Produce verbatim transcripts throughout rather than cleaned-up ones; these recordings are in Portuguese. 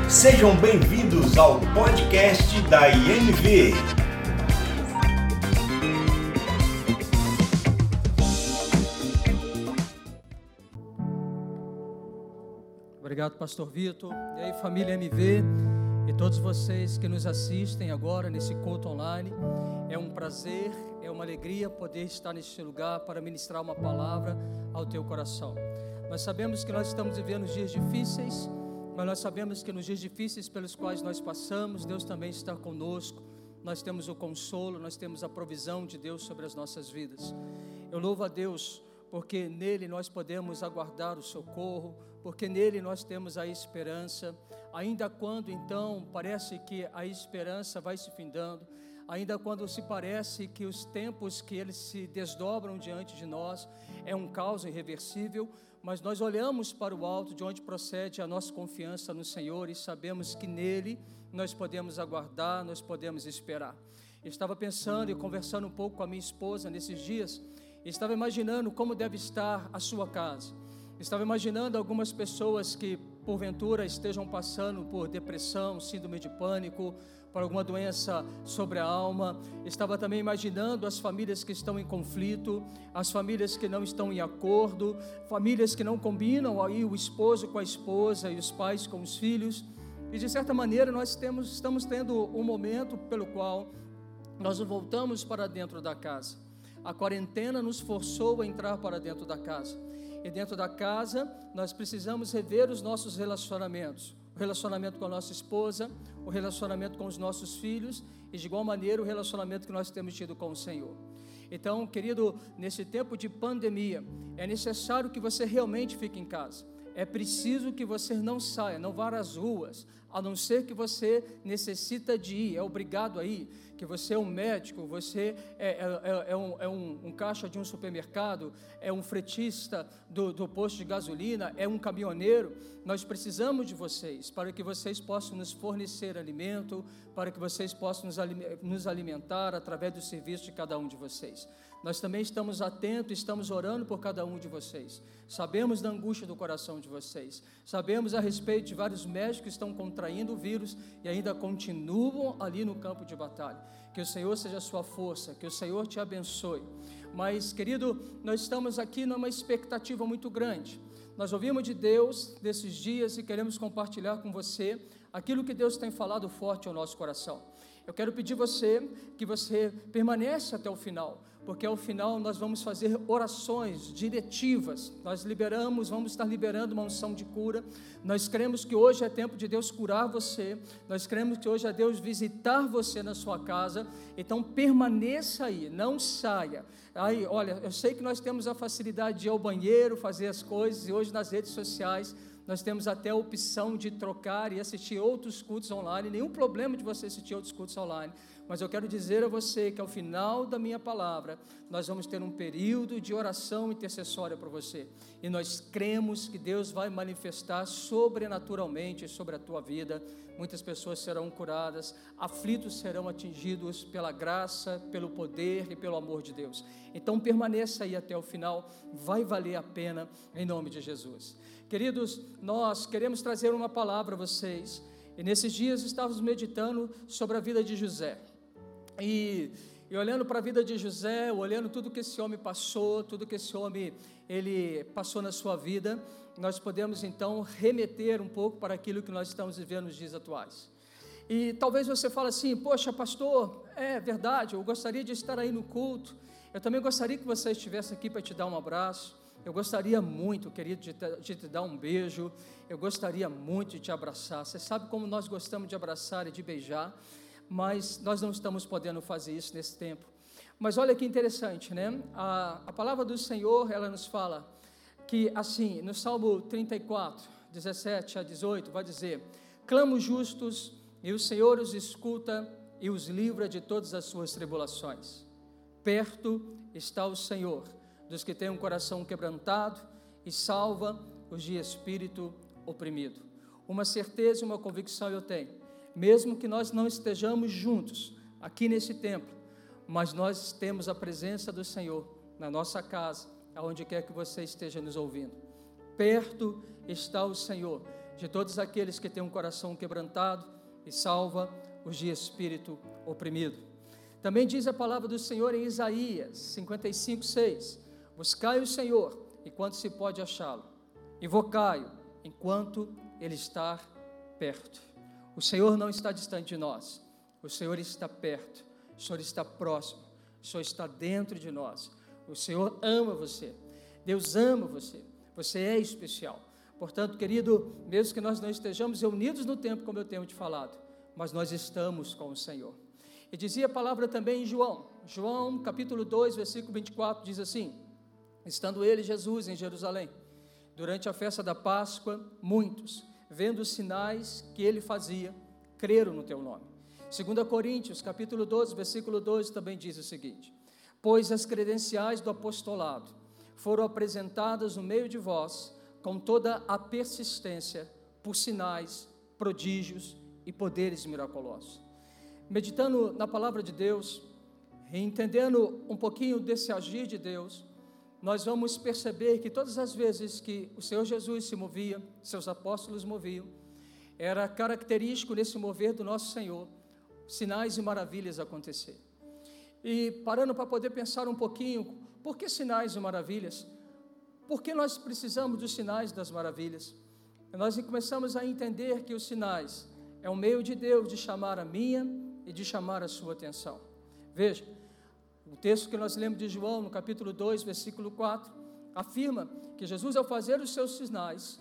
Sejam bem-vindos ao podcast da I M V. Obrigado, Pastor Vitor. E aí, família M V e todos vocês que nos assistem agora nesse culto online. É um prazer, é uma alegria poder estar neste lugar para ministrar uma palavra ao teu coração. Nós sabemos que nós estamos vivendo dias difíceis, mas nós sabemos que nos dias difíceis pelos quais nós passamos, Deus também está conosco. Nós temos o consolo, nós temos a provisão de Deus sobre as nossas vidas. Eu louvo a Deus porque nele nós podemos aguardar o socorro, porque nele nós temos a esperança, ainda quando então parece que a esperança vai se findando, ainda quando se parece que os tempos que eles se desdobram diante de nós é um caos irreversível, mas nós olhamos para o alto, de onde procede a nossa confiança no Senhor, e sabemos que nele nós podemos aguardar, nós podemos esperar. Eu estava pensando e conversando um pouco com a minha esposa nesses dias, e estava imaginando como deve estar a sua casa. Estava imaginando algumas pessoas que porventura estejam passando por depressão, síndrome de pânico, por alguma doença sobre a alma. Estava também imaginando as famílias que estão em conflito, as famílias que não estão em acordo, famílias que não combinam aí o esposo com a esposa e os pais com os filhos. E de certa maneira nós temos, estamos tendo um momento pelo qual nós voltamos para dentro da casa. A quarentena nos forçou a entrar para dentro da casa. E dentro da casa nós precisamos rever os nossos relacionamentos. O relacionamento com a nossa esposa, o relacionamento com os nossos filhos e de igual maneira o relacionamento que nós temos tido com o Senhor. Então, querido, nesse tempo de pandemia, é necessário que você realmente fique em casa. É preciso que você não saia, não vá às ruas, a não ser que você necessita de ir, é obrigado a ir, que você é um médico, você é, é, é, um, é um, um caixa de um supermercado, é um fretista do, do posto de gasolina, é um caminhoneiro. Nós precisamos de vocês, para que vocês possam nos fornecer alimento, para que vocês possam nos, nos alimentar através do serviço de cada um de vocês. Nós também estamos atentos, estamos orando por cada um de vocês. Sabemos da angústia do coração de vocês. Sabemos a respeito de vários médicos que estão contraindo o vírus e ainda continuam ali no campo de batalha. Que o Senhor seja a sua força, que o Senhor te abençoe. Mas, querido, nós estamos aqui numa expectativa muito grande. Nós ouvimos de Deus nesses dias e queremos compartilhar com você aquilo que Deus tem falado forte ao nosso coração. Eu quero pedir você que você permaneça até o final, porque ao final nós vamos fazer orações diretivas, nós liberamos, vamos estar liberando uma unção de cura. Nós cremos que hoje é tempo de Deus curar você, nós cremos que hoje é Deus visitar você na sua casa, então permaneça aí, não saia. Aí, olha, eu sei que nós temos a facilidade de ir ao banheiro, fazer as coisas, e hoje nas redes sociais nós temos até a opção de trocar e assistir outros cultos online. Nenhum problema de você assistir outros cultos online, mas eu quero dizer a você que ao final da minha palavra, nós vamos ter um período de oração intercessória para você, e nós cremos que Deus vai manifestar sobrenaturalmente sobre a tua vida. Muitas pessoas serão curadas, aflitos serão atingidos pela graça, pelo poder e pelo amor de Deus. Então permaneça aí até o final, vai valer a pena em nome de Jesus. Queridos, nós queremos trazer uma palavra a vocês, e nesses dias estávamos meditando sobre a vida de José, e, e olhando para a vida de José, olhando tudo que esse homem passou, tudo que esse homem ele passou na sua vida, nós podemos então remeter um pouco para aquilo que nós estamos vivendo nos dias atuais. E talvez você fale assim: poxa, pastor, é verdade, eu gostaria de estar aí no culto, eu também gostaria que você estivesse aqui para te dar um abraço. Eu gostaria muito, querido, de te, de te dar um beijo, eu gostaria muito de te abraçar. Você sabe como nós gostamos de abraçar e de beijar, mas nós não estamos podendo fazer isso nesse tempo. Mas olha que interessante, né? A, a palavra do Senhor, ela nos fala que assim, no Salmo trinta e quatro, dezessete a dezoito, vai dizer: clamo justos, e o Senhor os escuta e os livra de todas as suas tribulações. Perto está o Senhor dos que têm um coração quebrantado e salva os de espírito oprimido. Uma certeza e uma convicção eu tenho, mesmo que nós não estejamos juntos aqui nesse templo, mas nós temos a presença do Senhor na nossa casa, aonde quer que você esteja nos ouvindo. Perto está o Senhor. de todos aqueles que têm um coração quebrantado e salva os de espírito oprimido. Também diz a palavra do Senhor em Isaías cinquenta e cinco, seis: buscai o Senhor enquanto se pode achá-lo, invocai-o enquanto Ele está perto. O Senhor não está distante de nós, o Senhor está perto, o Senhor está próximo, o Senhor está dentro de nós. O Senhor ama você, Deus ama você, você é especial. Portanto, querido, mesmo que nós não estejamos reunidos no tempo, como eu tenho te falado, mas nós estamos com o Senhor. E dizia a palavra também em João, João capítulo dois, versículo vinte e quatro, diz assim: estando ele, Jesus, em Jerusalém, durante a festa da Páscoa, muitos, vendo os sinais que ele fazia, creram no teu nome. Segunda Coríntios, capítulo doze, versículo doze, também diz o seguinte: pois as credenciais do apostolado foram apresentadas no meio de vós, com toda a persistência, por sinais, prodígios e poderes miraculosos. Meditando na palavra de Deus, e entendendo um pouquinho desse agir de Deus, nós vamos perceber que todas as vezes que o Senhor Jesus se movia, seus apóstolos moviam, era característico nesse mover do nosso Senhor, sinais e maravilhas acontecer. E parando para poder pensar um pouquinho, por que sinais e maravilhas? Por que nós precisamos dos sinais e das maravilhas? Nós começamos a entender que os sinais é um meio de Deus de chamar a minha e de chamar a sua atenção. Veja, o texto que nós lemos de João, no capítulo dois, versículo quatro, afirma que Jesus, ao fazer os seus sinais,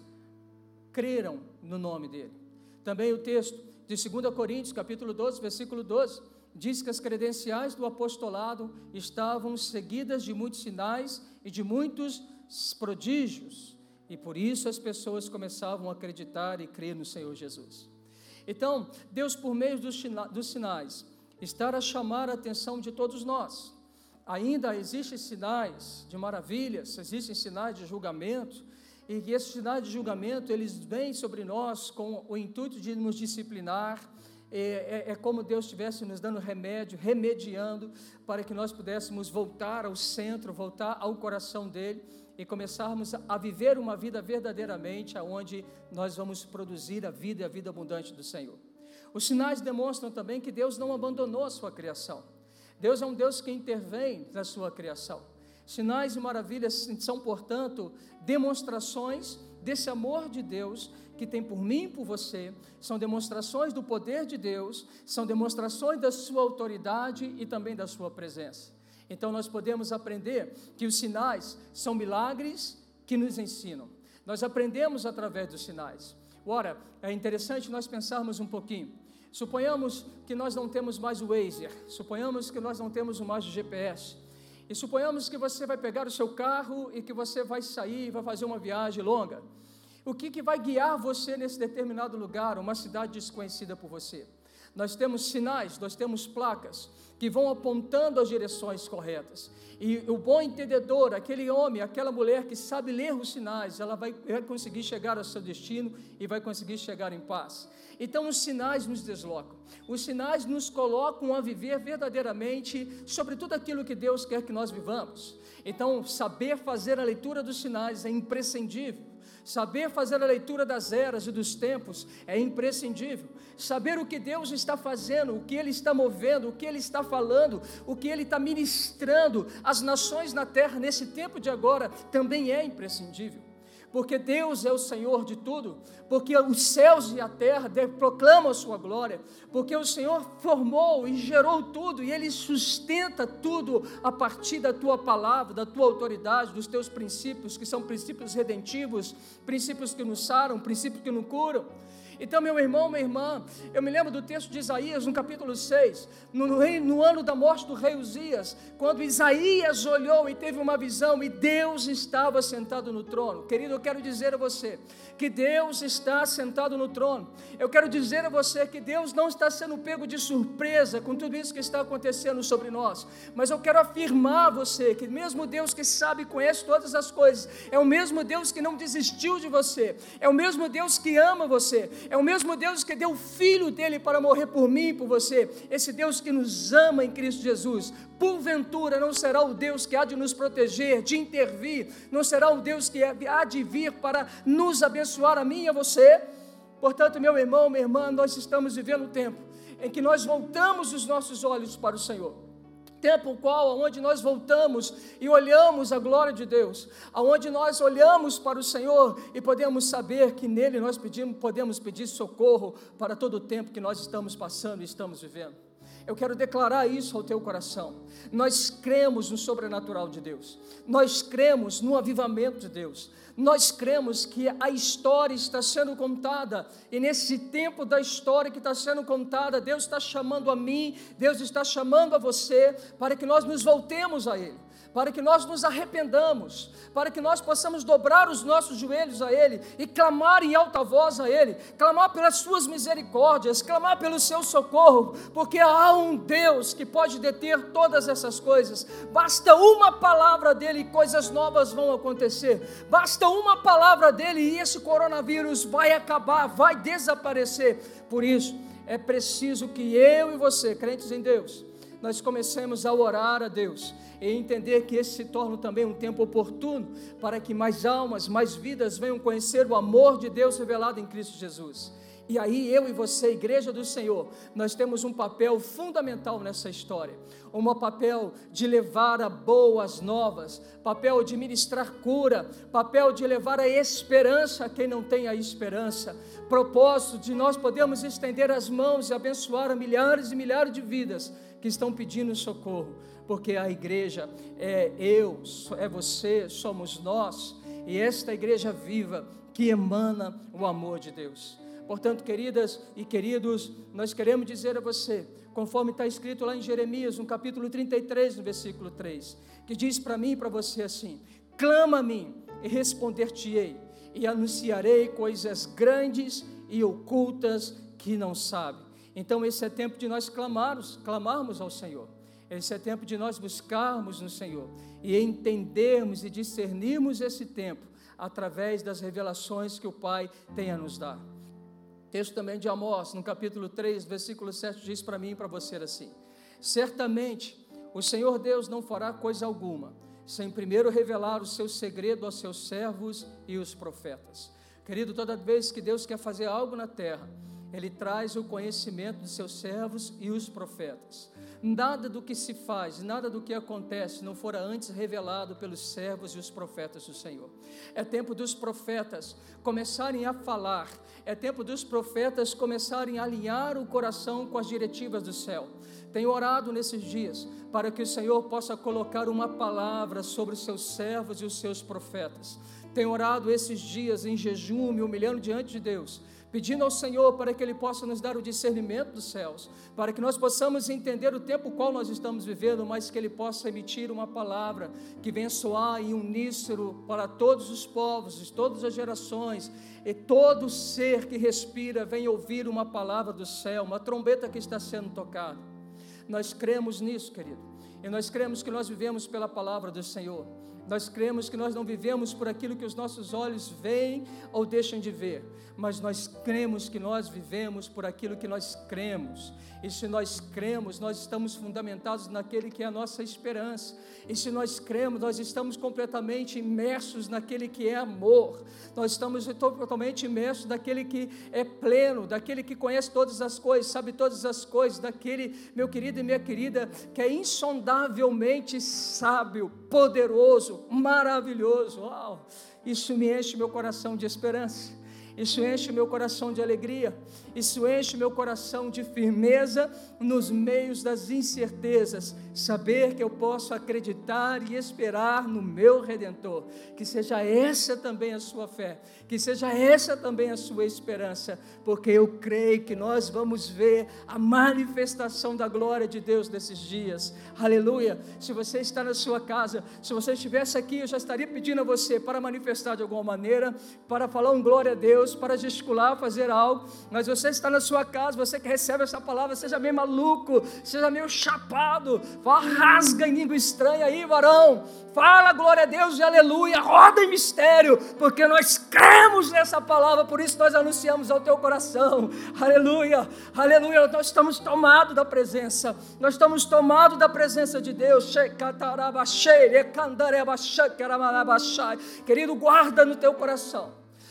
creram no nome dele. Também o texto de Segunda Coríntios, capítulo doze, versículo doze, diz que as credenciais do apostolado estavam seguidas de muitos sinais e de muitos prodígios, e por isso as pessoas começavam a acreditar e crer no Senhor Jesus. Então, Deus, por meio dos, dos sinais, está a chamar a atenção de todos nós. Ainda existem sinais de maravilhas, existem sinais de julgamento, e que esses sinais de julgamento, eles vêm sobre nós com o intuito de nos disciplinar. É, é, é como Deus estivesse nos dando remédio, remediando, para que nós pudéssemos voltar ao centro, voltar ao coração dele, e começarmos a viver uma vida verdadeiramente, onde nós vamos produzir a vida e a vida abundante do Senhor. Os sinais demonstram também que Deus não abandonou a sua criação. Deus é um Deus que intervém na sua criação. Sinais e maravilhas são, portanto, demonstrações desse amor de Deus que tem por mim e por você, são demonstrações do poder de Deus, são demonstrações da sua autoridade e também da sua presença. Então nós podemos aprender que os sinais são milagres que nos ensinam. Nós aprendemos através dos sinais. Ora, é interessante nós pensarmos um pouquinho. Suponhamos que nós não temos mais o Waze, suponhamos que nós não temos mais o G P S, e suponhamos que você vai pegar o seu carro e que você vai sair e vai fazer uma viagem longa. O que, que vai guiar você nesse determinado lugar, uma cidade desconhecida por você? Nós temos sinais, nós temos placas que vão apontando as direções corretas, e o bom entendedor, aquele homem, aquela mulher que sabe ler os sinais, ela vai, vai conseguir chegar ao seu destino e vai conseguir chegar em paz. Então os sinais nos deslocam, os sinais nos colocam a viver verdadeiramente sobre tudo aquilo que Deus quer que nós vivamos. Então saber fazer a leitura dos sinais é imprescindível. Saber fazer a leitura das eras e dos tempos é imprescindível. Saber o que Deus está fazendo, o que Ele está movendo, o que Ele está falando, o que Ele está ministrando às nações na terra nesse tempo de agora, também é imprescindível. Porque Deus é o Senhor de tudo, porque os céus e a terra proclamam a sua glória, porque o Senhor formou e gerou tudo, e Ele sustenta tudo a partir da tua palavra, da tua autoridade, dos teus princípios, que são princípios redentivos, princípios que nos saram, princípios que nos curam. Então, meu irmão, minha irmã, eu me lembro do texto de Isaías, no capítulo seis, no, no, rei, no ano da morte do rei Uzias, quando Isaías olhou e teve uma visão, e Deus estava sentado no trono. Querido, eu quero dizer a você, que Deus está sentado no trono. Eu quero dizer a você que Deus não está sendo pego de surpresa com tudo isso que está acontecendo sobre nós, mas eu quero afirmar a você, que mesmo Deus que sabe e conhece todas as coisas, é o mesmo Deus que não desistiu de você, é o mesmo Deus que ama você, é o mesmo Deus que deu o Filho dele para morrer por mim e por você. Esse Deus que nos ama em Cristo Jesus, porventura não será o Deus que há de nos proteger, de intervir, não será o Deus que há de vir para nos abençoar a mim e a você? Portanto, meu irmão, minha irmã, nós estamos vivendo um tempo em que nós voltamos os nossos olhos para o Senhor. Tempo qual, onde nós voltamos e olhamos a glória de Deus, aonde nós olhamos para o Senhor e podemos saber que nele nós pedimos, podemos pedir socorro para todo o tempo que nós estamos passando e estamos vivendo. Eu quero declarar isso ao teu coração. Nós cremos no sobrenatural de Deus, nós cremos no avivamento de Deus, nós cremos que a história está sendo contada, e nesse tempo da história que está sendo contada, Deus está chamando a mim, Deus está chamando a você, para que nós nos voltemos a Ele, para que nós nos arrependamos, para que nós possamos dobrar os nossos joelhos a Ele, e clamar em alta voz a Ele, clamar pelas suas misericórdias, clamar pelo seu socorro, porque há um Deus que pode deter todas essas coisas. Basta uma palavra dEle e coisas novas vão acontecer, basta uma palavra dEle e esse coronavírus vai acabar, vai desaparecer. Por isso, é preciso que eu e você, crentes em Deus, nós comecemos a orar a Deus e entender que esse se torna também um tempo oportuno para que mais almas, mais vidas venham conhecer o amor de Deus revelado em Cristo Jesus. E aí eu e você, Igreja do Senhor, nós temos um papel fundamental nessa história, um papel de levar a boas novas, papel de ministrar cura, papel de levar a esperança a quem não tem a esperança, propósito de nós podermos estender as mãos e abençoar a milhares e milhares de vidas que estão pedindo socorro, porque a igreja é eu, é você, somos nós, e esta igreja viva que emana o amor de Deus. Portanto, queridas e queridos, nós queremos dizer a você, conforme está escrito lá em Jeremias, no capítulo trinta e três, no versículo três, que diz para mim e para você assim: clama a mim e responder-te-ei, e anunciarei coisas grandes e ocultas que não sabe. Então esse é tempo de nós clamarmos, clamarmos ao Senhor, esse é tempo de nós buscarmos no Senhor, e entendermos e discernirmos esse tempo, através das revelações que o Pai tem a nos dar. Texto também de Amós, no capítulo três, versículo sete, diz para mim e para você assim: certamente o Senhor Deus não fará coisa alguma, sem primeiro revelar o seu segredo aos seus servos e os profetas. Querido, toda vez que Deus quer fazer algo na terra, Ele traz o conhecimento dos seus servos e os profetas. Nada do que se faz, nada do que acontece não fora antes revelado pelos servos e os profetas do Senhor. É tempo dos profetas começarem a falar, é tempo dos profetas começarem a alinhar o coração com as diretivas do céu. Tenho orado nesses dias para que o Senhor possa colocar uma palavra sobre os seus servos e os seus profetas. Tenho orado esses dias em jejum, me humilhando diante de Deus, pedindo ao Senhor para que Ele possa nos dar o discernimento dos céus, para que nós possamos entender o tempo qual nós estamos vivendo, mas que Ele possa emitir uma palavra que venha soar em uníssono para todos os povos, de todas as gerações, e todo ser que respira venha ouvir uma palavra do céu, uma trombeta que está sendo tocada. Nós cremos nisso, querido, e nós cremos que nós vivemos pela palavra do Senhor. Nós cremos que nós não vivemos por aquilo que os nossos olhos veem ou deixam de ver, mas nós cremos que nós vivemos por aquilo que nós cremos, e se nós cremos, nós estamos fundamentados naquele que é a nossa esperança, e se nós cremos, nós estamos completamente imersos naquele que é amor, nós estamos totalmente imersos naquele que é pleno, daquele que conhece todas as coisas, sabe todas as coisas, daquele, meu querido e minha querida, que é insondavelmente sábio, poderoso, maravilhoso. Uau, isso me enche meu coração de esperança, isso enche meu coração de alegria, isso enche meu coração de firmeza nos meios das incertezas, saber que eu posso acreditar e esperar no meu Redentor. Que seja essa também a sua fé, que seja essa também a sua esperança, porque eu creio que nós vamos ver a manifestação da glória de Deus nesses dias. Aleluia. Se você está na sua casa, se você estivesse aqui, eu já estaria pedindo a você para manifestar de alguma maneira, para falar um glória a Deus, para gesticular, fazer algo. Mas você está na sua casa, você que recebe essa palavra, seja meio maluco, seja meio chapado, fala, rasga em língua estranha aí, varão, fala glória a Deus e aleluia, roda em mistério, porque nós cremos nessa palavra, por isso nós anunciamos ao teu coração. Aleluia, aleluia. Nós estamos tomados da presença, nós estamos tomados da presença de Deus. Querido, guarda no teu coração,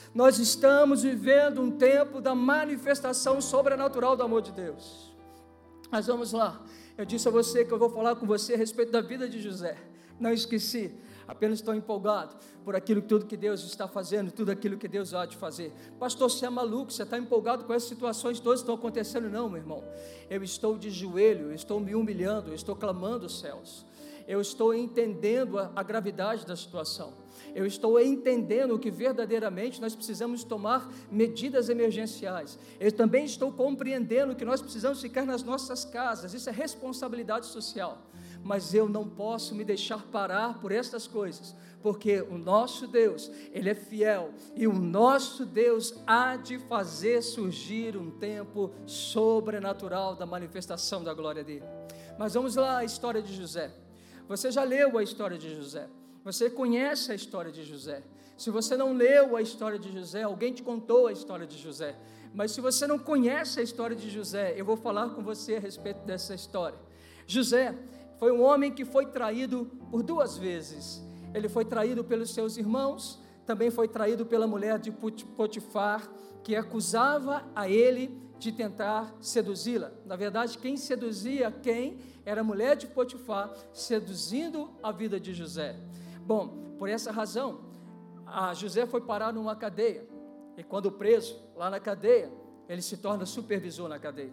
Nós estamos vivendo um tempo da manifestação sobrenatural do amor de Deus. Mas vamos lá, eu disse a você que eu vou falar com você a respeito da vida de José. Não esqueci, apenas estou empolgado por aquilo, tudo que Deus está fazendo, tudo aquilo que Deus há de fazer. Pastor, você é maluco, você está empolgado com essas situações todas que estão acontecendo? Não, meu irmão, eu estou de joelho, eu estou me humilhando, eu estou clamando os céus, eu estou entendendo a, a gravidade da situação. Eu estou entendendo que verdadeiramente nós precisamos tomar medidas emergenciais. Eu também estou compreendendo que nós precisamos ficar nas nossas casas. Isso é responsabilidade social. Mas eu não posso me deixar parar por estas coisas, porque o nosso Deus, Ele é fiel, e o nosso Deus há de fazer surgir um tempo sobrenatural da manifestação da glória dEle. Mas vamos lá, a história de José. Você já leu a história de José? Você conhece a história de José. Se você não leu a história de José, alguém te contou a história de José. Mas se você não conhece a história de José, eu vou falar com você a respeito dessa história. José foi um homem que foi traído por duas vezes. Ele foi traído pelos seus irmãos, também foi traído pela mulher de Potifar, que acusava a ele de tentar seduzi-la. Na verdade, quem seduzia quem era a mulher de Potifar, seduzindo a vida de José. Bom, por essa razão, a José foi parar numa cadeia, e quando preso, lá na cadeia, ele se torna supervisor na cadeia.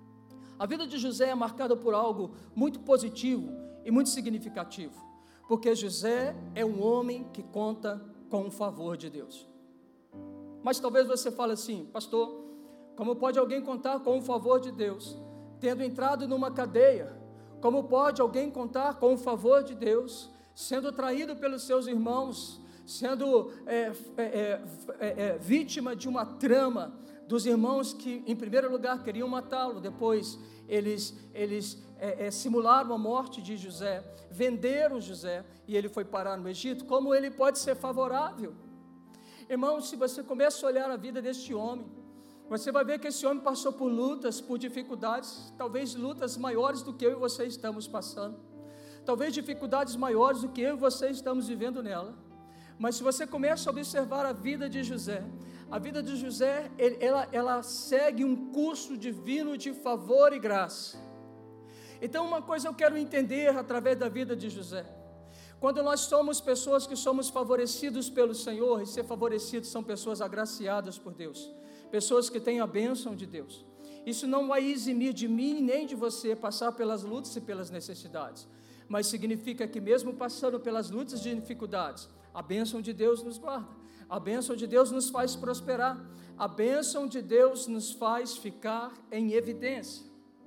A vida de José é marcada por algo muito positivo e muito significativo, porque José é um homem que conta com o favor de Deus. Mas talvez você fale assim: pastor, como pode alguém contar com o favor de Deus, tendo entrado numa cadeia? Como pode alguém contar com o favor de Deus, sendo traído pelos seus irmãos, sendo é, é, é, é, vítima de uma trama dos irmãos que, em primeiro lugar, queriam matá-lo, depois eles, eles é, é, simularam a morte de José, venderam José, e ele foi parar no Egito? Como ele pode ser favorável? Irmão, se você começa a olhar a vida deste homem, você vai ver que esse homem passou por lutas, por dificuldades, talvez lutas maiores do que eu e você estamos passando, talvez dificuldades maiores do que eu e você estamos vivendo nela. Mas se você começa a observar a vida de José, a vida de José, ele, ela, ela segue um curso divino de favor e graça. Então, uma coisa eu quero entender através da vida de José: quando nós somos pessoas que somos favorecidos pelo Senhor, e ser favorecidos são pessoas agraciadas por Deus, pessoas que têm a bênção de Deus, isso não vai eximir de mim nem de você passar pelas lutas e pelas necessidades, mas significa que mesmo passando pelas lutas e dificuldades, a bênção de Deus nos guarda, a bênção de Deus nos faz prosperar, a bênção de Deus nos faz ficar em evidência.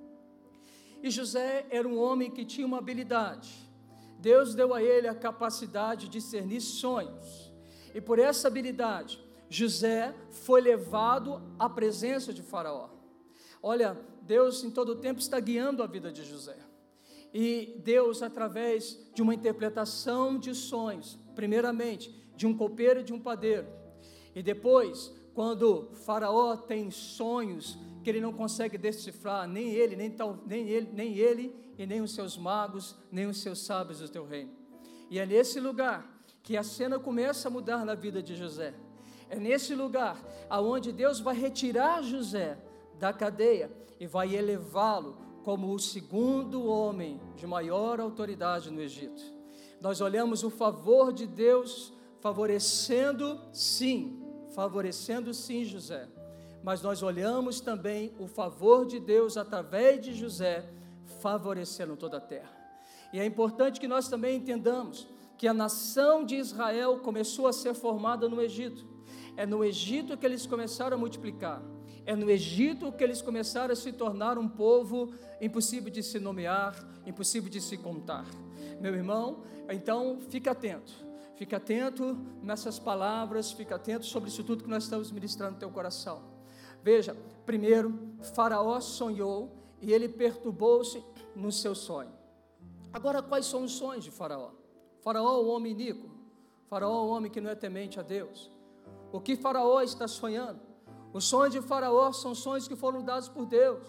E José era um homem que tinha uma habilidade. Deus deu a ele a capacidade de discernir sonhos, e por essa habilidade, José foi levado à presença de Faraó. Olha, Deus em todo o tempo está guiando a vida de José, e Deus, através de uma interpretação de sonhos, primeiramente de um copeiro e de um padeiro, e depois, quando Faraó tem sonhos que ele não consegue decifrar, nem ele, nem, tal, nem ele, nem ele e nem os seus magos, nem os seus sábios do teu reino. E é nesse lugar que a cena começa a mudar na vida de José. É nesse lugar aonde Deus vai retirar José da cadeia e vai elevá-lo como o segundo homem de maior autoridade no Egito. Nós olhamos o favor de Deus favorecendo sim, favorecendo sim José, mas nós olhamos também o favor de Deus através de José favorecendo toda a terra. E é importante que nós também entendamos que a nação de Israel começou a ser formada no Egito. É no Egito que eles começaram a multiplicar, é no Egito que eles começaram a se tornar um povo impossível de se nomear, impossível de se contar. Meu irmão, então fica atento, fica atento nessas palavras, fica atento sobre isso tudo que nós estamos ministrando no teu coração. Veja, primeiro, Faraó sonhou e ele perturbou-se no seu sonho. Agora, quais são os sonhos de Faraó? Faraó é um homem iníquo, Faraó é um homem que não é temente a Deus. O que Faraó está sonhando? Os sonhos de Faraó são sonhos que foram dados por Deus,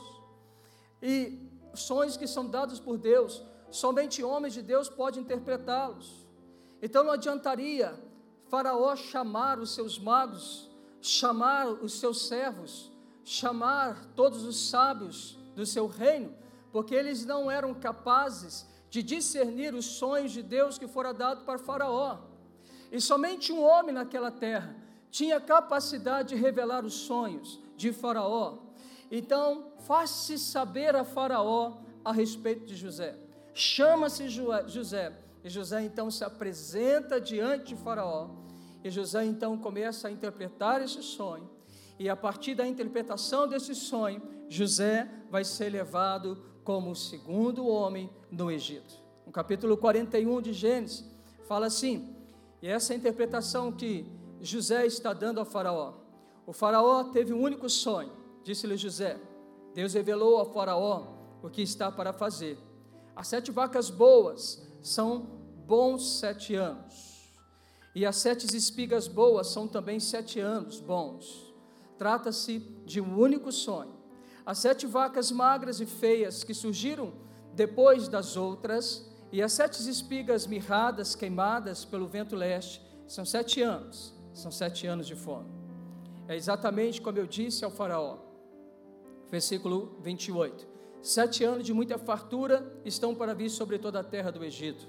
e sonhos que são dados por Deus, somente homens de Deus podem interpretá-los. Então não adiantaria Faraó chamar os seus magos chamar os seus servos, chamar todos os sábios do seu reino, porque eles não eram capazes de discernir os sonhos de Deus que fora dado para Faraó. E somente um homem naquela terra tinha capacidade de revelar os sonhos de Faraó. Então, faz-se saber a Faraó a respeito de José. Chama-se José, e José então se apresenta diante de Faraó, e José então começa a interpretar esse sonho, e a partir da interpretação desse sonho, José vai ser levado como o segundo homem no Egito. No capítulo quarenta e um de Gênesis, fala assim, e essa é a interpretação que José está dando a Faraó. O Faraó teve um único sonho, disse-lhe José, Deus revelou a Faraó o que está para fazer. As sete vacas boas são bons sete anos, e as sete espigas boas são também sete anos bons. Trata-se de um único sonho. As sete vacas magras e feias que surgiram depois das outras, e as sete espigas mirradas, queimadas pelo vento leste, são sete anos, são sete anos de fome. É exatamente como eu disse ao Faraó, versículo vinte e oito, sete anos de muita fartura estão para vir sobre toda a terra do Egito,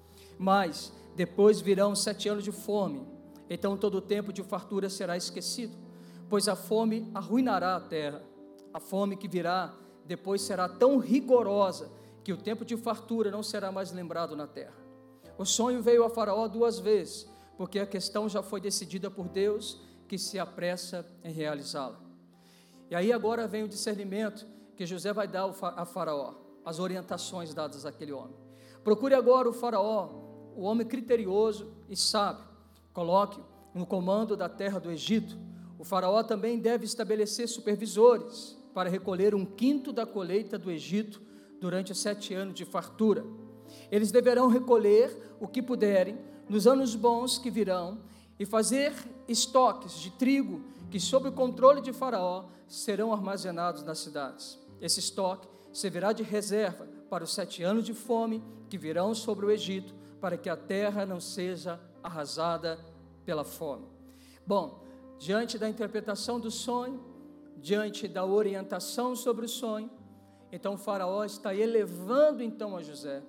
mas depois virão sete anos de fome, então todo o tempo de fartura será esquecido, pois a fome arruinará a terra. A fome que virá depois será tão rigorosa que o tempo de fartura não será mais lembrado na terra. O sonho veio a Faraó duas vezes, porque a questão já foi decidida por Deus, que se apressa em realizá-la. E aí agora vem o discernimento que José vai dar a Faraó, as orientações dadas àquele homem. Procure agora o Faraó, o homem criterioso e sábio, coloque-o no comando da terra do Egito. O Faraó também deve estabelecer supervisores para recolher um quinto da colheita do Egito durante os sete anos de fartura. Eles deverão recolher o que puderem nos anos bons que virão e fazer estoques de trigo que, sob o controle de Faraó, serão armazenados nas cidades. Esse estoque servirá de reserva para os sete anos de fome que virão sobre o Egito, para que a terra não seja arrasada pela fome. Bom, diante da interpretação do sonho, diante da orientação sobre o sonho, então o Faraó está elevando então a José.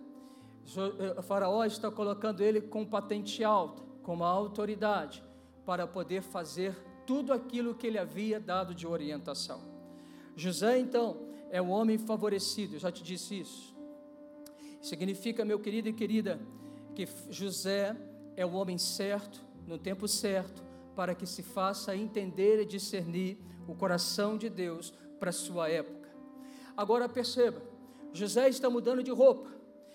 O Faraó está colocando ele com patente alta, com uma autoridade, para poder fazer tudo aquilo que ele havia dado de orientação. José então é o homem favorecido, eu já te disse isso. Significa, meu querido e querida, que José é o homem certo, no tempo certo, para que se faça entender e discernir o coração de Deus para a sua época. Agora perceba, José está mudando de roupa,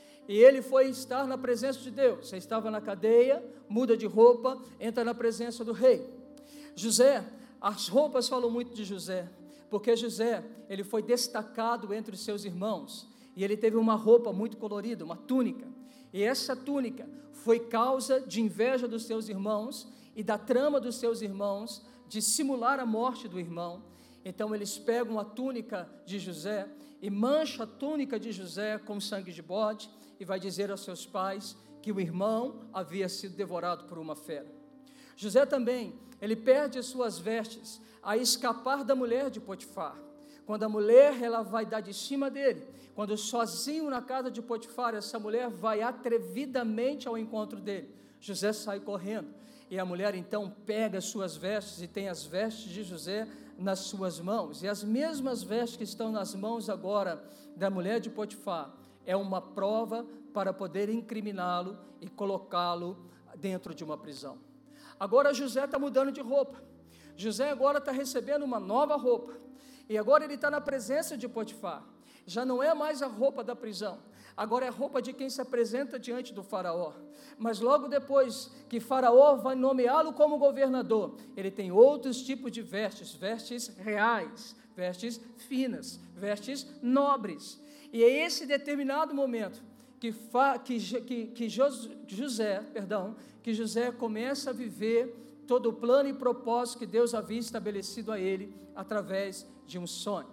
e ele foi estar na presença de Deus. Ele estava na cadeia, muda de roupa, entra na presença do rei. José, as roupas falam muito de José, porque José, ele foi destacado entre os seus irmãos, e ele teve uma roupa muito colorida, uma túnica, e essa túnica foi causa de inveja dos seus irmãos, e da trama dos seus irmãos, de simular a morte do irmão. Então eles pegam a túnica de José, e mancha a túnica de José com sangue de bode, e vai dizer aos seus pais, que o irmão havia sido devorado por uma fera. José também, ele perde as suas vestes, a escapar da mulher de Potifar. Quando a mulher, ela vai dar de cima dele, quando sozinho na casa de Potifar, essa mulher vai atrevidamente ao encontro dele, José sai correndo, e a mulher então pega as suas vestes, e tem as vestes de José nas suas mãos, e as mesmas vestes que estão nas mãos agora, da mulher de Potifar, é uma prova para poder incriminá-lo, e colocá-lo dentro de uma prisão. Agora José está mudando de roupa, José agora está recebendo uma nova roupa, e agora ele está na presença de Potifar, já não é mais a roupa da prisão, agora é a roupa de quem se apresenta diante do faraó, mas logo depois que faraó vai nomeá-lo como governador, ele tem outros tipos de vestes, vestes reais, vestes finas, vestes nobres, e é esse determinado momento que, fa, que, que, que José, perdão, que José começa a viver todo o plano e propósito que Deus havia estabelecido a ele, através de um sonho.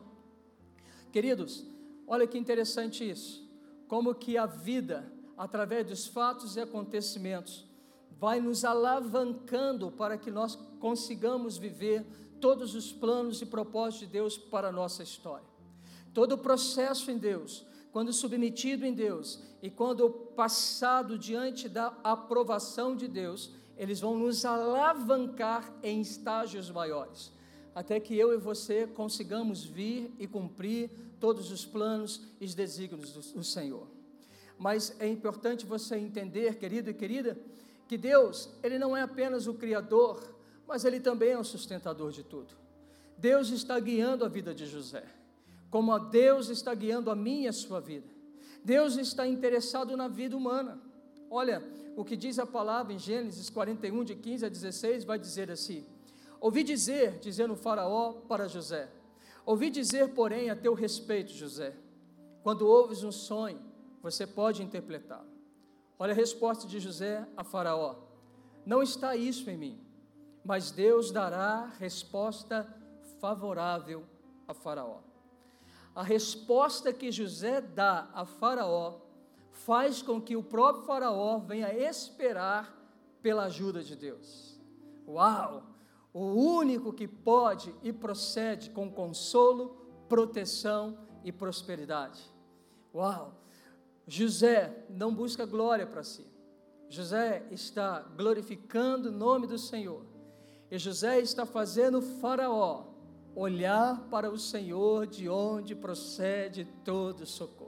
Queridos, olha que interessante isso, como que a vida, através dos fatos e acontecimentos, vai nos alavancando para que nós consigamos viver todos os planos e propósitos de Deus para a nossa história. Todo o processo em Deus, quando submetido em Deus e quando passado diante da aprovação de Deus, eles vão nos alavancar em estágios maiores, até que eu e você consigamos vir e cumprir todos os planos e os desígnios do, do Senhor. Mas é importante você entender, querido e querida, que Deus, Ele não é apenas o Criador, mas Ele também é o sustentador de tudo. Deus está guiando a vida de José, como a Deus está guiando a minha e a sua vida. Deus está interessado na vida humana. Olha, o que diz a palavra em Gênesis quarenta e um, de quinze a dezesseis, vai dizer assim: ouvi dizer, dizendo o faraó para José, ouvi dizer, porém, a teu respeito, José, quando ouves um sonho, você pode interpretá-lo. Olha a resposta de José a faraó: não está isso em mim, mas Deus dará resposta favorável a faraó. A resposta que José dá a faraó faz com que o próprio faraó venha esperar pela ajuda de Deus. Uau! O único que pode e procede com consolo, proteção e prosperidade. Uau! José não busca glória para si. José está glorificando o nome do Senhor. E José está fazendo o faraó olhar para o Senhor, de onde procede todo socorro.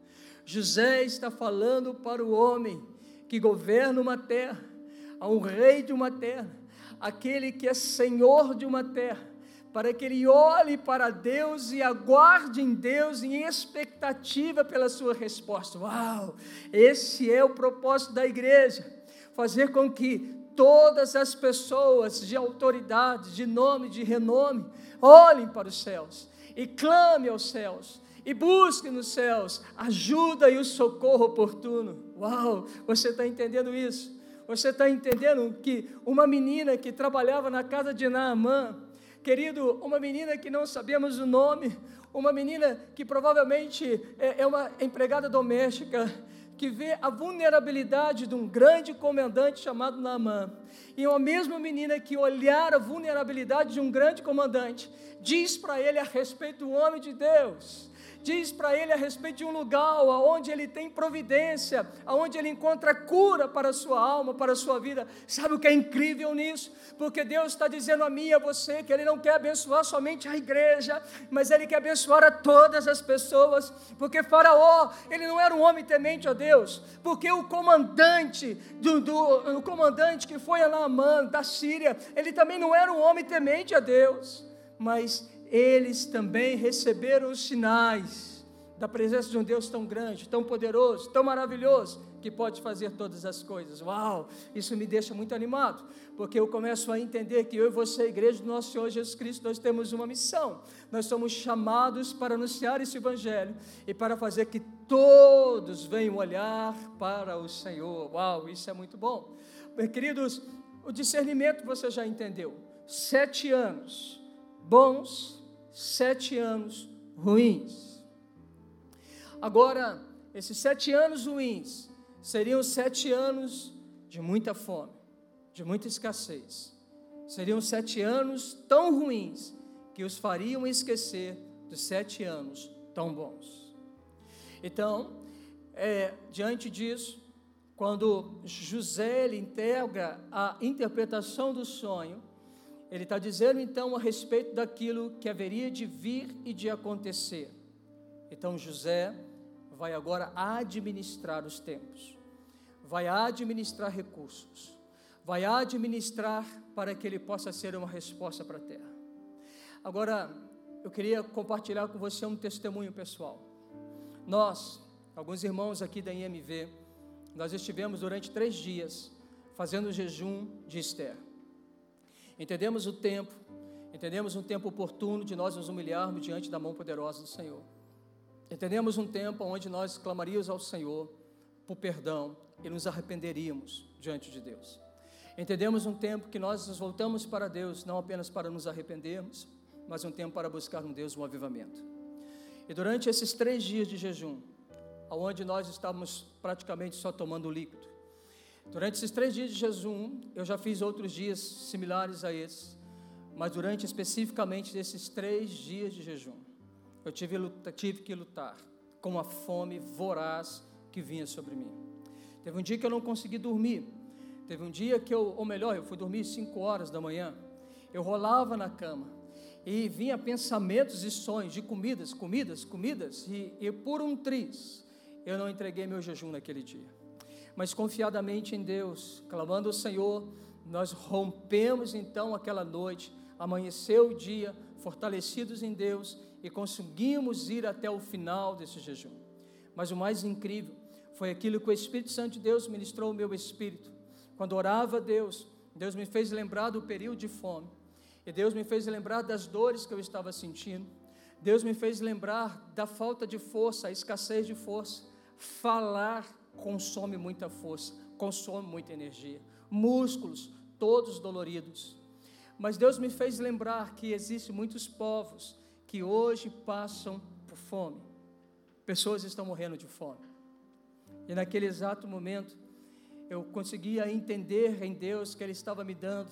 José está falando para o homem que governa uma terra, a um rei de uma terra, aquele que é senhor de uma terra, para que ele olhe para Deus e aguarde em Deus em expectativa pela sua resposta. Uau! Esse é o propósito da igreja, fazer com que todas as pessoas de autoridade, de nome, de renome, olhem para os céus e clame aos céus e busquem nos céus ajuda e o socorro oportuno. Uau! Você está entendendo isso? Você está entendendo que uma menina que trabalhava na casa de Naamã, querido, uma menina que não sabemos o nome, uma menina que provavelmente é, é uma empregada doméstica, que vê a vulnerabilidade de um grande comandante chamado Naamã, e uma mesma menina que olhar a vulnerabilidade de um grande comandante, diz para ele a respeito do homem de Deus, diz para ele a respeito de um lugar onde ele tem providência, onde ele encontra cura para a sua alma, para a sua vida. Sabe o que é incrível nisso? Porque Deus está dizendo a mim e a você que Ele não quer abençoar somente a igreja, mas Ele quer abençoar a todas as pessoas, porque Faraó, ele não era um homem temente a Deus, porque o comandante, do, do, o comandante que foi a Naamã, da Síria, ele também não era um homem temente a Deus, mas eles também receberam os sinais da presença de um Deus tão grande, tão poderoso, tão maravilhoso, que pode fazer todas as coisas. Uau, isso me deixa muito animado, porque eu começo a entender que eu e você, a igreja do nosso Senhor Jesus Cristo, nós temos uma missão, nós somos chamados para anunciar esse evangelho, e para fazer que todos venham olhar para o Senhor. Uau, isso é muito bom. Queridos, o discernimento você já entendeu, sete anos bons, sete anos ruins. Agora, esses sete anos ruins seriam sete anos de muita fome, de muita escassez. Seriam sete anos tão ruins que os fariam esquecer dos sete anos tão bons. Então, é, diante disso, quando José ele integra a interpretação do sonho, ele está dizendo então a respeito daquilo que haveria de vir e de acontecer. Então José vai agora administrar os tempos, vai administrar recursos, vai administrar para que ele possa ser uma resposta para a terra. Agora, eu queria compartilhar com você um testemunho pessoal. Nós, alguns irmãos aqui da I M V, nós estivemos durante três dias fazendo o jejum de Esther. Entendemos o tempo, entendemos um tempo oportuno de nós nos humilharmos diante da mão poderosa do Senhor. Entendemos um tempo onde nós clamaríamos ao Senhor por perdão e nos arrependeríamos diante de Deus. Entendemos um tempo que nós nos voltamos para Deus, não apenas para nos arrependermos, mas um tempo para buscar em Deus um avivamento. E durante esses três dias de jejum, onde nós estávamos praticamente só tomando líquido, Durante esses três dias de jejum, eu já fiz outros dias similares a esses, mas durante especificamente esses três dias de jejum, eu tive, tive que lutar com uma fome voraz que vinha sobre mim. Teve um dia que eu não consegui dormir, teve um dia que eu, ou melhor, eu fui dormir cinco horas da manhã, eu rolava na cama, e vinha pensamentos e sonhos de comidas, comidas, comidas, e, e por um triz, eu não entreguei meu jejum naquele dia. Mas confiadamente em Deus, clamando ao Senhor, nós rompemos então aquela noite, amanheceu o dia, fortalecidos em Deus, e conseguimos ir até o final desse jejum. Mas o mais incrível foi aquilo que o Espírito Santo de Deus ministrou ao meu espírito. Quando orava a Deus, Deus me fez lembrar do período de fome, e Deus me fez lembrar das dores que eu estava sentindo, Deus me fez lembrar da falta de força, a escassez de força. Falar consome muita força, consome muita energia, músculos todos doloridos, mas Deus me fez lembrar que existem muitos povos que hoje passam por fome, pessoas estão morrendo de fome, e naquele exato momento, eu conseguia entender em Deus que Ele estava me dando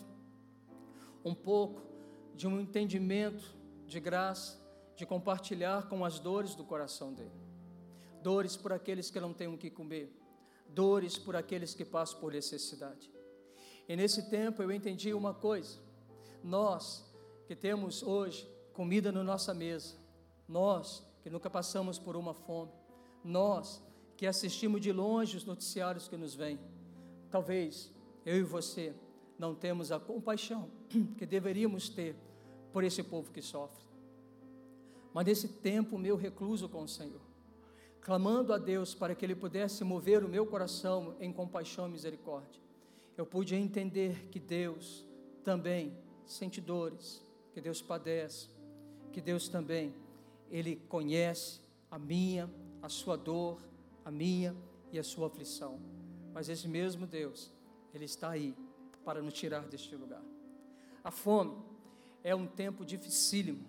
um pouco de um entendimento de graça, de compartilhar com as dores do coração dEle, dores por aqueles que não têm o que comer, dores por aqueles que passam por necessidade. E nesse tempo eu entendi uma coisa: nós que temos hoje comida na nossa mesa, nós que nunca passamos por uma fome, nós que assistimos de longe os noticiários que nos vêm, talvez eu e você não temos a compaixão que deveríamos ter por esse povo que sofre. Mas nesse tempo meu recluso com o Senhor, clamando a Deus para que Ele pudesse mover o meu coração em compaixão e misericórdia, eu pude entender que Deus também sente dores, que Deus padece, que Deus também, Ele conhece a minha, a sua dor, a minha e a sua aflição, mas esse mesmo Deus, Ele está aí para nos tirar deste lugar. A fome é um tempo dificílimo,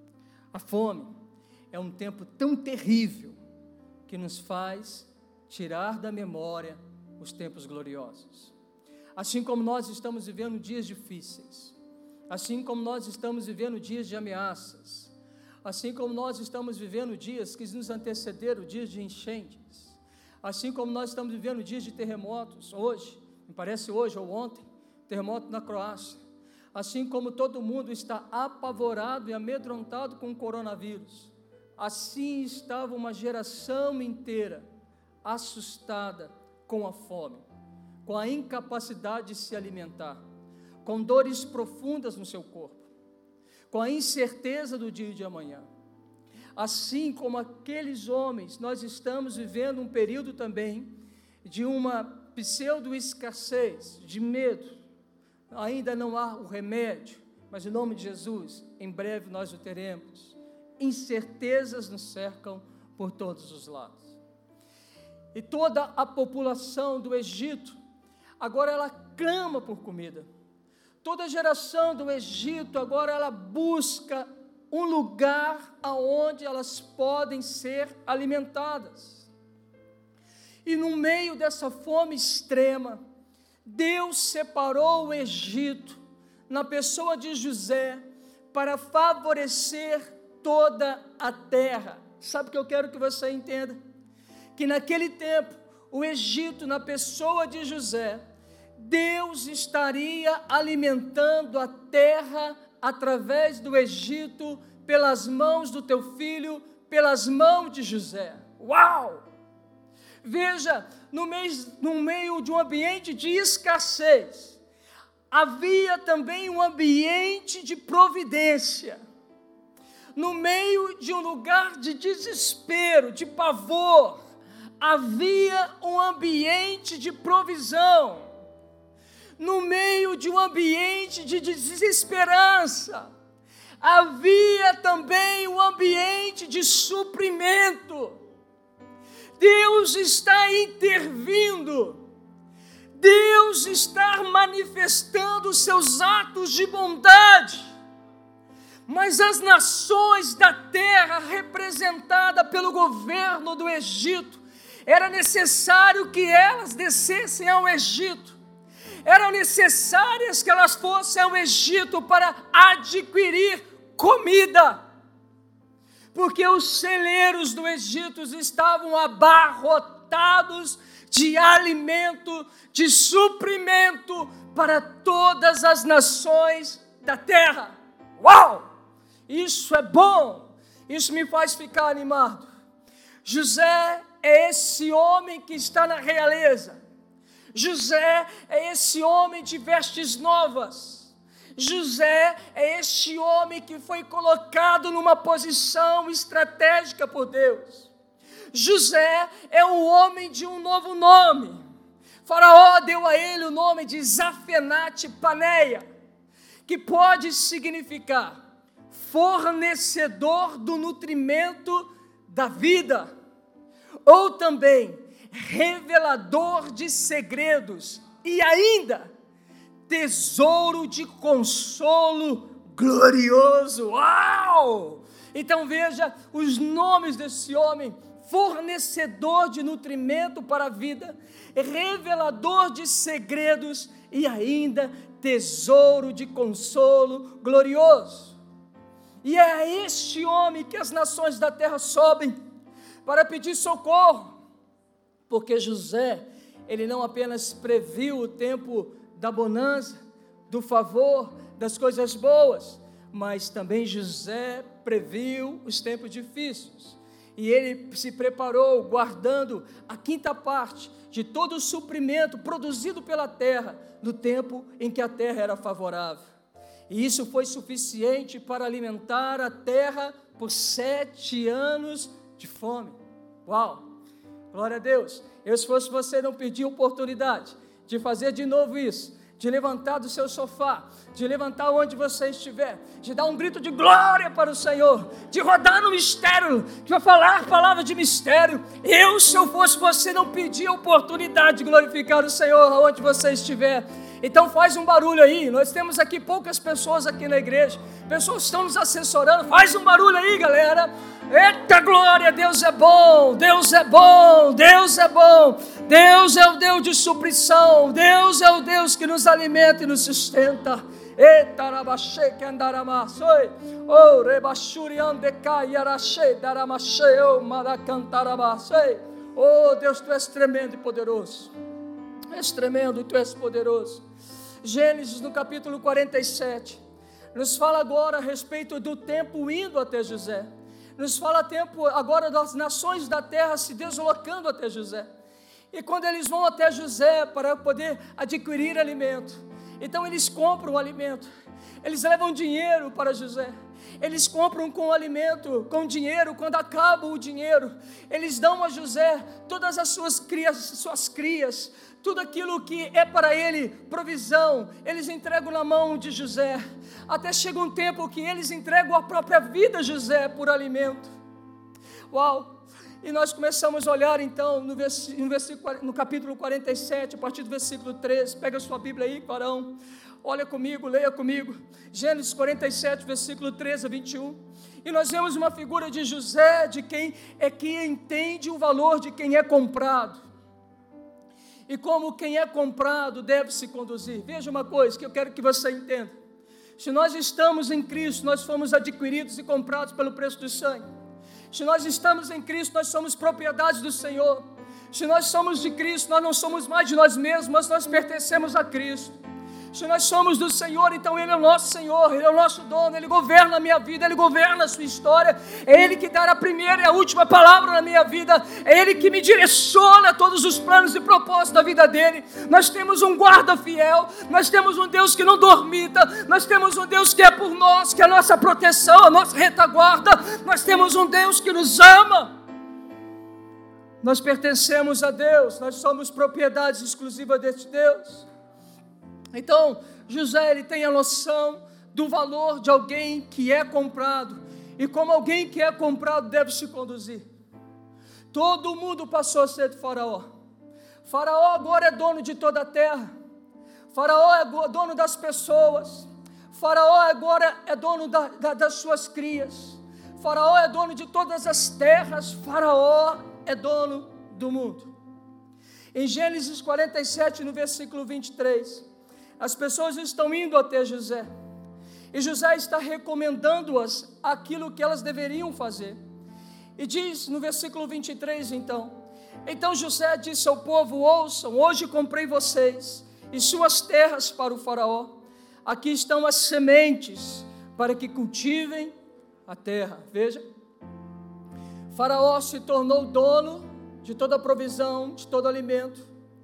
a fome é um tempo tão terrível, que nos faz tirar da memória os tempos gloriosos. Assim como nós estamos vivendo dias difíceis, assim como nós estamos vivendo dias de ameaças, assim como nós estamos vivendo dias que nos antecederam, dias de enchentes, assim como nós estamos vivendo dias de terremotos, hoje, me parece hoje ou ontem, terremoto na Croácia, assim como todo mundo está apavorado e amedrontado com o coronavírus, assim estava uma geração inteira assustada com a fome, com a incapacidade de se alimentar, com dores profundas no seu corpo, com a incerteza do dia de amanhã. Assim como aqueles homens, nós estamos vivendo um período também de uma pseudo-escassez, de medo. Ainda não há o remédio, mas em nome de Jesus, em breve nós o teremos. Incertezas nos cercam por todos os lados. E toda a população do Egito, agora ela clama por comida. Toda a geração do Egito, agora ela busca um lugar aonde elas podem ser alimentadas. E no meio dessa fome extrema, Deus separou o Egito, na pessoa de José, para favorecer toda a terra. Sabe o que eu quero que você entenda? Que naquele tempo, o Egito, na pessoa de José, Deus estaria alimentando a terra através do Egito, pelas mãos do teu filho, pelas mãos de José. Uau! Veja, no meio, no meio de um ambiente de escassez, havia também um ambiente de providência. No meio de um lugar de desespero, de pavor, havia um ambiente de provisão. No meio de um ambiente de desesperança, havia também um ambiente de suprimento. Deus está intervindo, Deus está manifestando os seus atos de bondade, mas as nações da terra, representada pelo governo do Egito, Era necessário que elas descessem ao Egito. Eram necessárias que elas fossem ao Egito para adquirir comida. Porque os celeiros do Egito estavam abarrotados de alimento, de suprimento para todas as nações da terra. Uau! Isso é bom, isso me faz ficar animado. José é esse homem que está na realeza. José é esse homem de vestes novas. José é esse homem que foi colocado numa posição estratégica por Deus. José é um homem de um novo nome. Faraó deu a ele o nome de Zafenate-Paneia, que pode significar fornecedor do nutrimento da vida, ou também revelador de segredos, e ainda tesouro de consolo glorioso. Uau! Então veja os nomes desse homem: fornecedor de nutrimento para a vida, revelador de segredos e ainda tesouro de consolo glorioso. E é a este homem que as nações da terra sobem para pedir socorro, porque José, ele não apenas previu o tempo da bonança, do favor, das coisas boas, mas também José previu os tempos difíceis. E ele se preparou guardando a quinta parte de todo o suprimento produzido pela terra no tempo em que a terra era favorável. E isso foi suficiente para alimentar a terra por sete anos de fome. Uau! Glória a Deus! Eu, se fosse você, não perdi a oportunidade de fazer de novo isso, de levantar do seu sofá, de levantar onde você estiver, de dar um grito de glória para o Senhor, de rodar no mistério, de falar palavra de mistério. Eu, se eu fosse você, não pedi a oportunidade de glorificar o Senhor aonde você estiver. Então faz um barulho aí. Nós temos aqui poucas pessoas aqui na igreja, pessoas estão nos assessorando. Faz um barulho aí, galera. Eita glória, Deus é bom, Deus é bom, Deus é bom. Deus é o Deus de suprição, Deus é o Deus que nos alimenta e nos sustenta. Eita rabaxê que andaramassoi, oh rebachuriandecai araxê daramaxê, oh maracantarabassoi. Oh Deus, tu és tremendo e poderoso. És tremendo, tu és poderoso. Gênesis no capítulo quarenta e sete nos fala agora a respeito do tempo indo até José. Nos fala tempo agora das nações da terra se deslocando até José. E quando eles vão até José para poder adquirir alimento, então eles compram o alimento, eles levam dinheiro para José, eles compram com alimento, com dinheiro. Quando acaba o dinheiro, eles dão a José todas as suas crias, suas crias, tudo aquilo que é para ele provisão, eles entregam na mão de José, até chega um tempo que eles entregam a própria vida a José por alimento. Uau! E nós começamos a olhar então no, vers- no, versículo, no capítulo quarenta e sete, a partir do versículo treze, pega a sua Bíblia aí, varão, olha comigo, leia comigo, Gênesis quarenta e sete, versículo treze a vinte e um, e nós vemos uma figura de José, de quem é que entende o valor de quem é comprado, e como quem é comprado deve se conduzir. Veja uma coisa que eu quero que você entenda: se nós estamos em Cristo, nós fomos adquiridos e comprados pelo preço do sangue. Se nós estamos em Cristo, nós somos propriedade do Senhor. Se nós somos de Cristo, nós não somos mais de nós mesmos, mas nós pertencemos a Cristo. Se nós somos do Senhor, então Ele é o nosso Senhor, Ele é o nosso dono, Ele governa a minha vida, Ele governa a sua história. É Ele que dá a primeira e a última palavra na minha vida, é Ele que me direciona todos os planos e propósitos da vida dEle. Nós temos um guarda fiel, nós temos um Deus que não dormita, nós temos um Deus que é por nós, que é a nossa proteção, a nossa retaguarda, nós temos um Deus que nos ama. Nós pertencemos a Deus, nós somos propriedades exclusivas deste Deus. Então, José, ele tem a noção do valor de alguém que é comprado, e como alguém que é comprado deve se conduzir. Todo mundo passou a ser de Faraó. Faraó agora é dono de toda a terra. Faraó é dono das pessoas. Faraó agora é dono da, da, das suas crias. Faraó é dono de todas as terras. Faraó é dono do mundo. Em Gênesis quarenta e sete, no versículo vinte e três, as pessoas estão indo até José, e José está recomendando-as aquilo que elas deveriam fazer. E diz no versículo vinte e três, então, então José disse ao povo: ouçam, hoje comprei vocês e suas terras para o faraó. Aqui estão as sementes para que cultivem a terra. Veja, Faraó se tornou dono de toda a provisão, de todo alimento.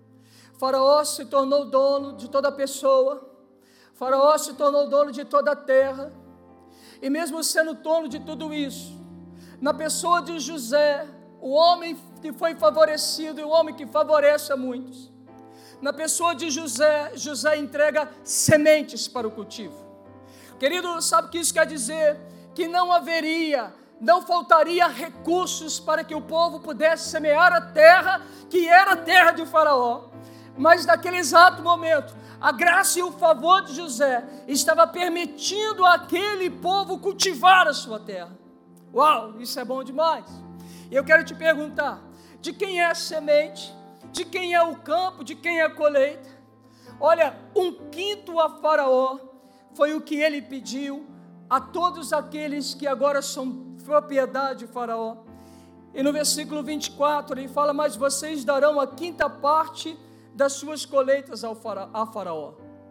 Faraó se tornou dono de toda pessoa. Faraó se tornou dono de toda a terra. E mesmo sendo dono de tudo isso, na pessoa de José, o homem que foi favorecido e o homem que favorece a muitos, na pessoa de José, José entrega sementes para o cultivo. Querido, sabe o que isso quer dizer? Que não haveria, não faltaria recursos para que o povo pudesse semear a terra, que era a terra de Faraó. Mas naquele exato momento, a graça e o favor de José estava permitindo àquele povo cultivar a sua terra. Uau, isso é bom demais. E eu quero te perguntar, de quem é a semente? De quem é o campo? De quem é a colheita? Olha, um quinto a Faraó foi o que ele pediu a todos aqueles que agora são propriedade de Faraó. E no versículo vinte e quatro ele fala: mas vocês darão a quinta parte das suas colheitas ao fara, a Faraó.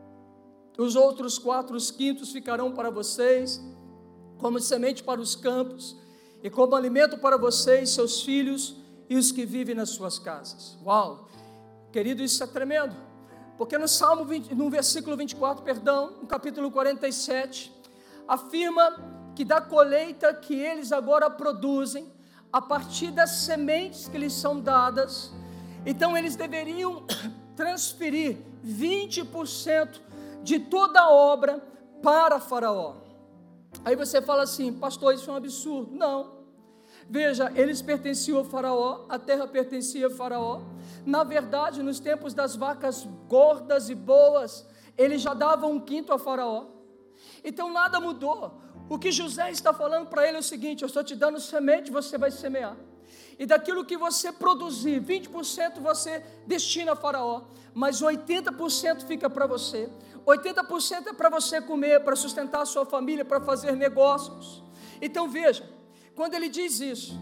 Os outros quatro os quintos ficarão para vocês, como semente para os campos, e como alimento para vocês, seus filhos e os que vivem nas suas casas. Uau, querido, isso é tremendo, porque no Salmo vinte, no versículo vinte e quatro, perdão, no capítulo quarenta e sete, afirma que da colheita que eles agora produzem, a partir das sementes que lhes são dadas, então eles deveriam transferir vinte por cento de toda a obra para Faraó. Aí você fala assim: pastor, isso é um absurdo. Não. Veja, eles pertenciam ao Faraó, a terra pertencia ao Faraó. Na verdade, nos tempos das vacas gordas e boas, eles já davam um quinto a Faraó. Então nada mudou. O que José está falando para ele é o seguinte: eu estou te dando semente, você vai semear. E daquilo que você produzir, vinte por cento você destina a Faraó, mas oitenta por cento fica para você. oitenta por cento é para você comer, para sustentar a sua família, para fazer negócios. Então veja, quando ele diz isso,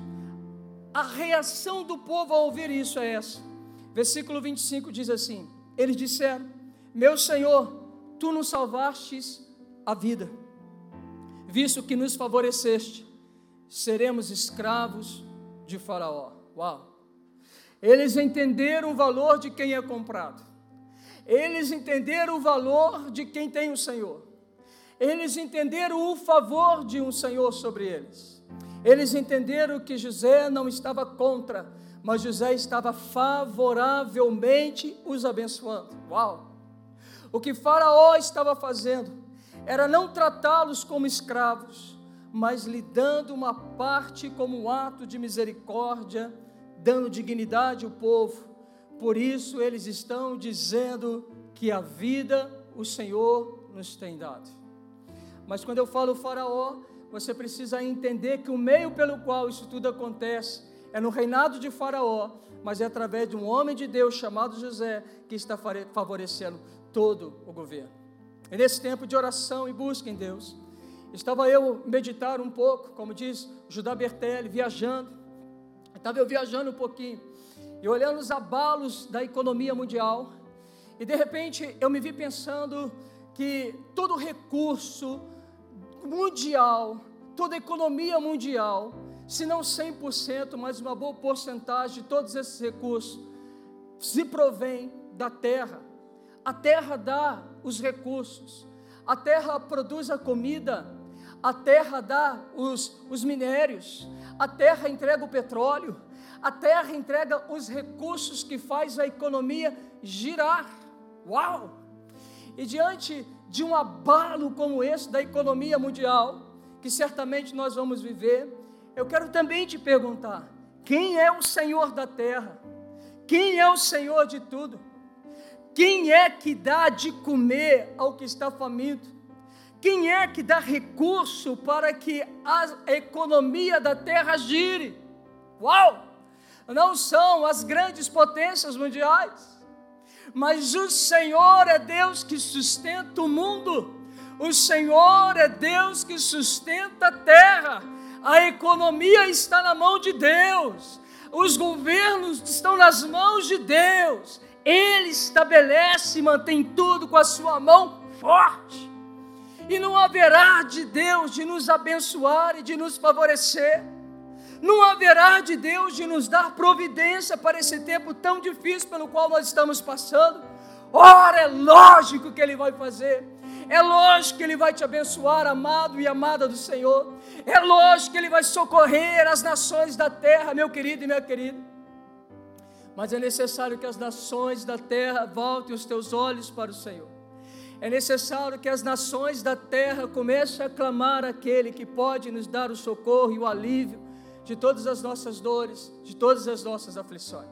a reação do povo ao ouvir isso é essa. Versículo vinte e cinco diz assim: eles disseram: meu Senhor, tu nos salvastes a vida, visto que nos favoreceste, seremos escravos de Faraó. Uau! Eles entenderam o valor de quem é comprado. Eles entenderam o valor de quem tem o Senhor. Eles entenderam o favor de um Senhor sobre eles. Eles entenderam que José não estava contra, mas José estava favoravelmente os abençoando. Uau! O que Faraó estava fazendo era não tratá-los como escravos, mas lhe dando uma parte como um ato de misericórdia, dando dignidade ao povo. Por isso eles estão dizendo que a vida o Senhor nos tem dado. Mas quando eu falo Faraó, você precisa entender que o meio pelo qual isso tudo acontece é no reinado de Faraó, mas é através de um homem de Deus chamado José, que está favorecendo todo o governo. E nesse tempo de oração e busca em Deus, estava eu meditar um pouco, como diz Judá Bertelli, viajando. Estava eu viajando um pouquinho e olhando os abalos da economia mundial, e de repente eu me vi pensando que todo recurso mundial, toda economia mundial, se não cem por cento, mas uma boa porcentagem de todos esses recursos se provém da terra. A terra dá os recursos, a terra produz a comida, a terra dá os, os minérios, a terra entrega o petróleo, a terra entrega os recursos que faz a economia girar. Uau! E diante de um abalo como esse da economia mundial, que certamente nós vamos viver, eu quero também te perguntar: quem é o Senhor da terra? Quem é o Senhor de tudo? Quem é que dá de comer ao que está faminto? Quem é que dá recurso para que a economia da terra gire? Uau! não são as grandes potências mundiais, mas o Senhor é Deus que sustenta o mundo, o Senhor é Deus que sustenta a terra, a economia está na mão de Deus, os governos estão nas mãos de Deus, Ele estabelece e mantém tudo com a sua mão forte, e não haverá de Deus de nos abençoar e de nos favorecer, não haverá de Deus de nos dar providência para esse tempo tão difícil pelo qual nós estamos passando. Ora, é lógico que Ele vai fazer, é lógico que Ele vai te abençoar, amado e amada do Senhor, é lógico que Ele vai socorrer as nações da terra, meu querido e minha querida, mas é necessário que as nações da terra voltem os teus olhos para o Senhor, é necessário que as nações da terra comecem a clamar aquele que pode nos dar o socorro e o alívio de todas as nossas dores, de todas as nossas aflições.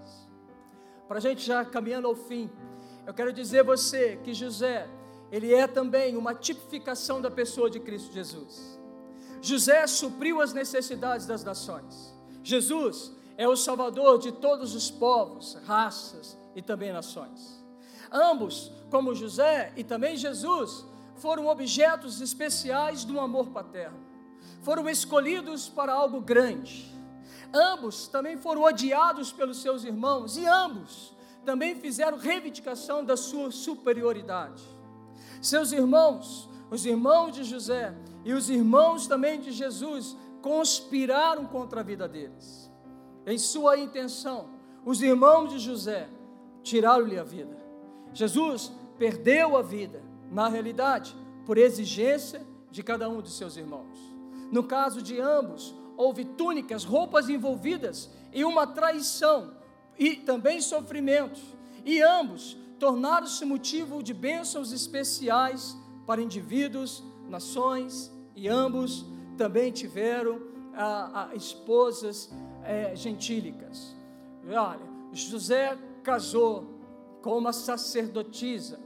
Para a gente já caminhando ao fim, eu quero dizer a você que José, ele é também uma tipificação da pessoa de Cristo Jesus. José supriu as necessidades das nações. Jesus é o Salvador de todos os povos, raças e também nações. Ambos, como José e também Jesus, foram objetos especiais de um amor paterno. Foram escolhidos para algo grande. Ambos também foram odiados pelos seus irmãos e ambos também fizeram reivindicação da sua superioridade. Seus irmãos, os irmãos de José e os irmãos também de Jesus, conspiraram contra a vida deles. Em sua intenção, os irmãos de José tiraram-lhe a vida. Jesus perdeu a vida, na realidade, por exigência de cada um de seus irmãos. No caso de ambos, houve túnicas, roupas envolvidas em uma traição e também sofrimento, e ambos tornaram-se motivo de bênçãos especiais para indivíduos, nações, e ambos também tiveram ah, ah, esposas eh, gentílicas. Olha, José casou com uma sacerdotisa.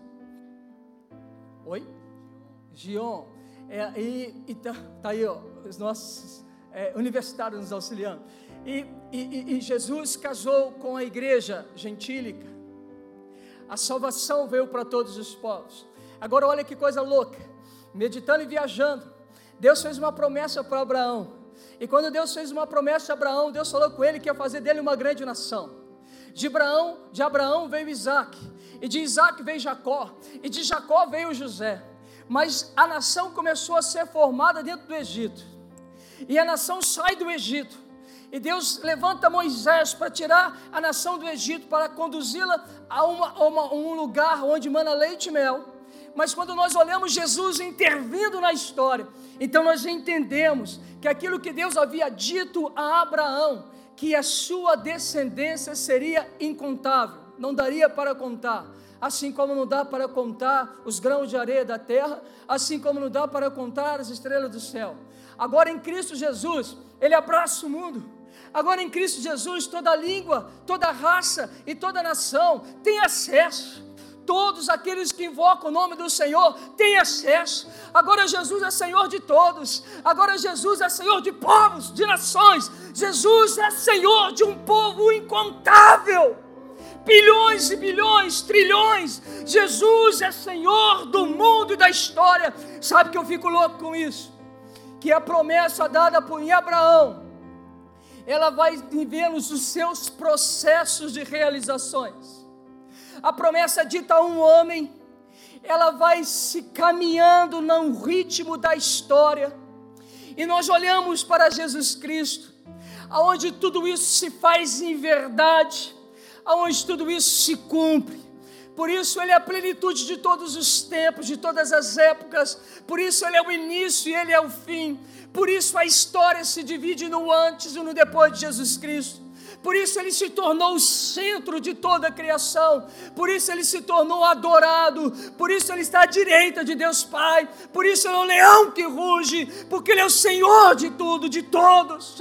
Oi? Gion. É, e está tá aí, ó, os nossos é, universitários nos auxiliando. E, e, e Jesus casou com a igreja gentílica. A salvação veio para todos os povos. Agora olha que coisa louca. Meditando e viajando, Deus fez uma promessa para Abraão. E quando Deus fez uma promessa a Abraão, Deus falou com ele que ia fazer dele uma grande nação. De Abraão, de Abraão veio Isaac, e de Isaac veio Jacó, e de Jacó veio José. Mas a nação começou a ser formada dentro do Egito, e a nação sai do Egito, e Deus levanta Moisés para tirar a nação do Egito, para conduzi-la a, uma, a uma, um lugar onde mana leite e mel. Mas quando nós olhamos Jesus intervindo na história, então nós entendemos que aquilo que Deus havia dito a Abraão, que a sua descendência seria incontável, não daria para contar, assim como não dá para contar os grãos de areia da terra, assim como não dá para contar as estrelas do céu. Agora em Cristo Jesus, Ele abraça o mundo. Agora em Cristo Jesus, toda língua, toda raça e toda nação tem acesso. Todos aqueles que invocam o nome do Senhor têm acesso. Agora Jesus é Senhor de todos. Agora Jesus é Senhor de povos, de nações. Jesus é Senhor de um povo incontável. Bilhões e bilhões, trilhões. Jesus é Senhor do mundo e da história. Sabe que eu fico louco com isso? Que a promessa dada por Abraão, ela vai vivendo os seus processos de realizações. A promessa dita a um homem, ela vai se caminhando no ritmo da história, e nós olhamos para Jesus Cristo, aonde tudo isso se faz em verdade, aonde tudo isso se cumpre. Por isso Ele é a plenitude de todos os tempos, de todas as épocas. Por isso Ele é o início e Ele é o fim. Por isso a história se divide no antes e no depois de Jesus Cristo. Por isso Ele se tornou o centro de toda a criação. Por isso Ele se tornou adorado. Por isso Ele está à direita de Deus Pai. Por isso Ele é o leão que ruge. Porque Ele é o Senhor de tudo, de todos.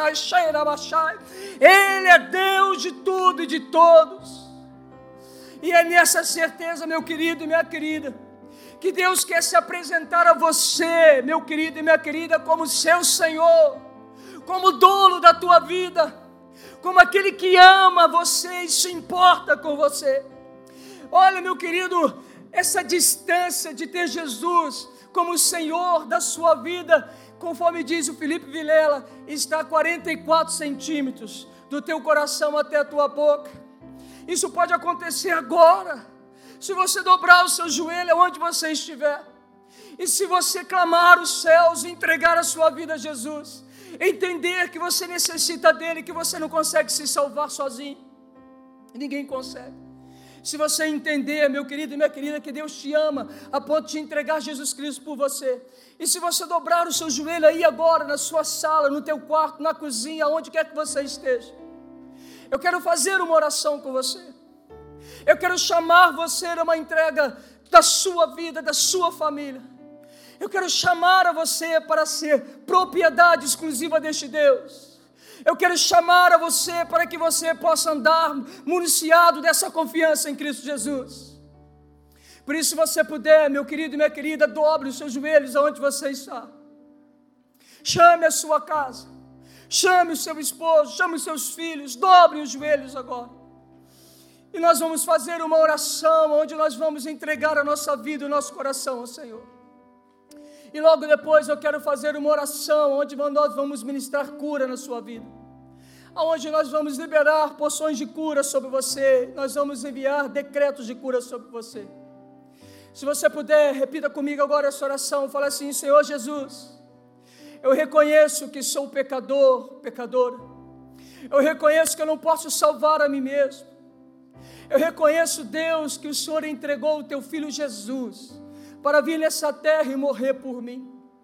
Ele é Deus de tudo e de todos. E é nessa certeza, meu querido e minha querida, que Deus quer se apresentar a você, meu querido e minha querida, como seu Senhor, como dono da tua vida, como aquele que ama você e se importa com você. Olha, meu querido, essa distância de ter Jesus como o Senhor da sua vida, conforme diz o Felipe Vilela, está a quarenta e quatro centímetros do teu coração até a tua boca. Isso pode acontecer agora, se você dobrar o seu joelho onde você estiver, e se você clamar os céus e entregar a sua vida a Jesus, entender que você necessita dele, que você não consegue se salvar sozinho, ninguém consegue. Se você entender, meu querido e minha querida, que Deus te ama a ponto de entregar Jesus Cristo por você, e se você dobrar o seu joelho aí agora, na sua sala, no teu quarto, na cozinha, onde quer que você esteja, eu quero fazer uma oração com você. Eu quero chamar você a uma entrega da sua vida, da sua família. Eu quero chamar a você para ser propriedade exclusiva deste Deus. Eu quero chamar a você para que você possa andar municiado dessa confiança em Cristo Jesus. Por isso, se você puder, meu querido e minha querida, dobre os seus joelhos aonde você está. Chame a sua casa, chame o seu esposo, chame os seus filhos, dobre os joelhos agora. E nós vamos fazer uma oração onde nós vamos entregar a nossa vida e o nosso coração ao Senhor. E logo depois eu quero fazer uma oração onde nós vamos ministrar cura na sua vida, onde nós vamos liberar porções de cura sobre você, nós vamos enviar decretos de cura sobre você. Se você puder, repita comigo agora essa oração, fala assim: Senhor Jesus, eu reconheço que sou pecador, pecadora, eu reconheço que eu não posso salvar a mim mesmo, eu reconheço, Deus, que o Senhor entregou o teu Filho Jesus para vir nessa terra e morrer por mim.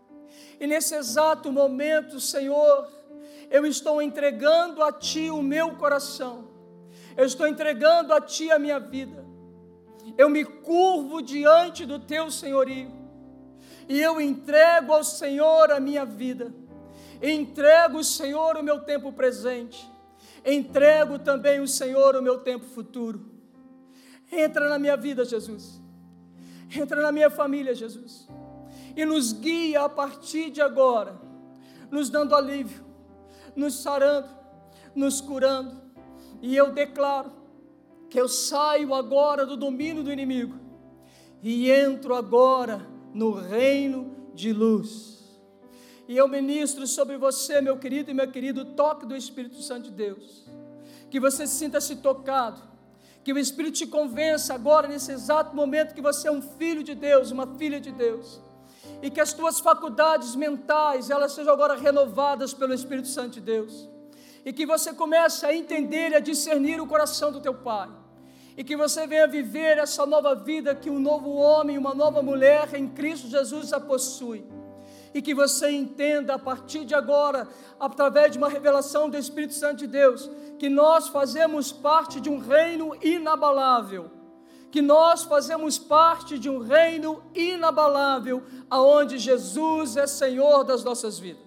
E nesse exato momento, Senhor, eu estou entregando a Ti o meu coração, eu estou entregando a Ti a minha vida, eu me curvo diante do Teu senhorio, e eu entrego ao Senhor a minha vida, entrego ao Senhor o meu tempo presente, entrego também ao Senhor o meu tempo futuro. Entra na minha vida, Jesus, entra na minha família, Jesus, e nos guia a partir de agora, nos dando alívio, nos sarando, nos curando. E eu declaro que eu saio agora do domínio do inimigo e entro agora no reino de luz. E eu ministro sobre você, meu querido e meu querido, o toque do Espírito Santo de Deus, que você sinta-se tocado, que o Espírito te convença agora, nesse exato momento, que você é um filho de Deus, uma filha de Deus, e que as tuas faculdades mentais, elas sejam agora renovadas pelo Espírito Santo de Deus, e que você comece a entender e a discernir o coração do teu Pai, e que você venha viver essa nova vida que um novo homem, uma nova mulher em Cristo Jesus a possui, e que você entenda a partir de agora, através de uma revelação do Espírito Santo de Deus, que nós fazemos parte de um reino inabalável, que nós fazemos parte de um reino inabalável, aonde Jesus é Senhor das nossas vidas.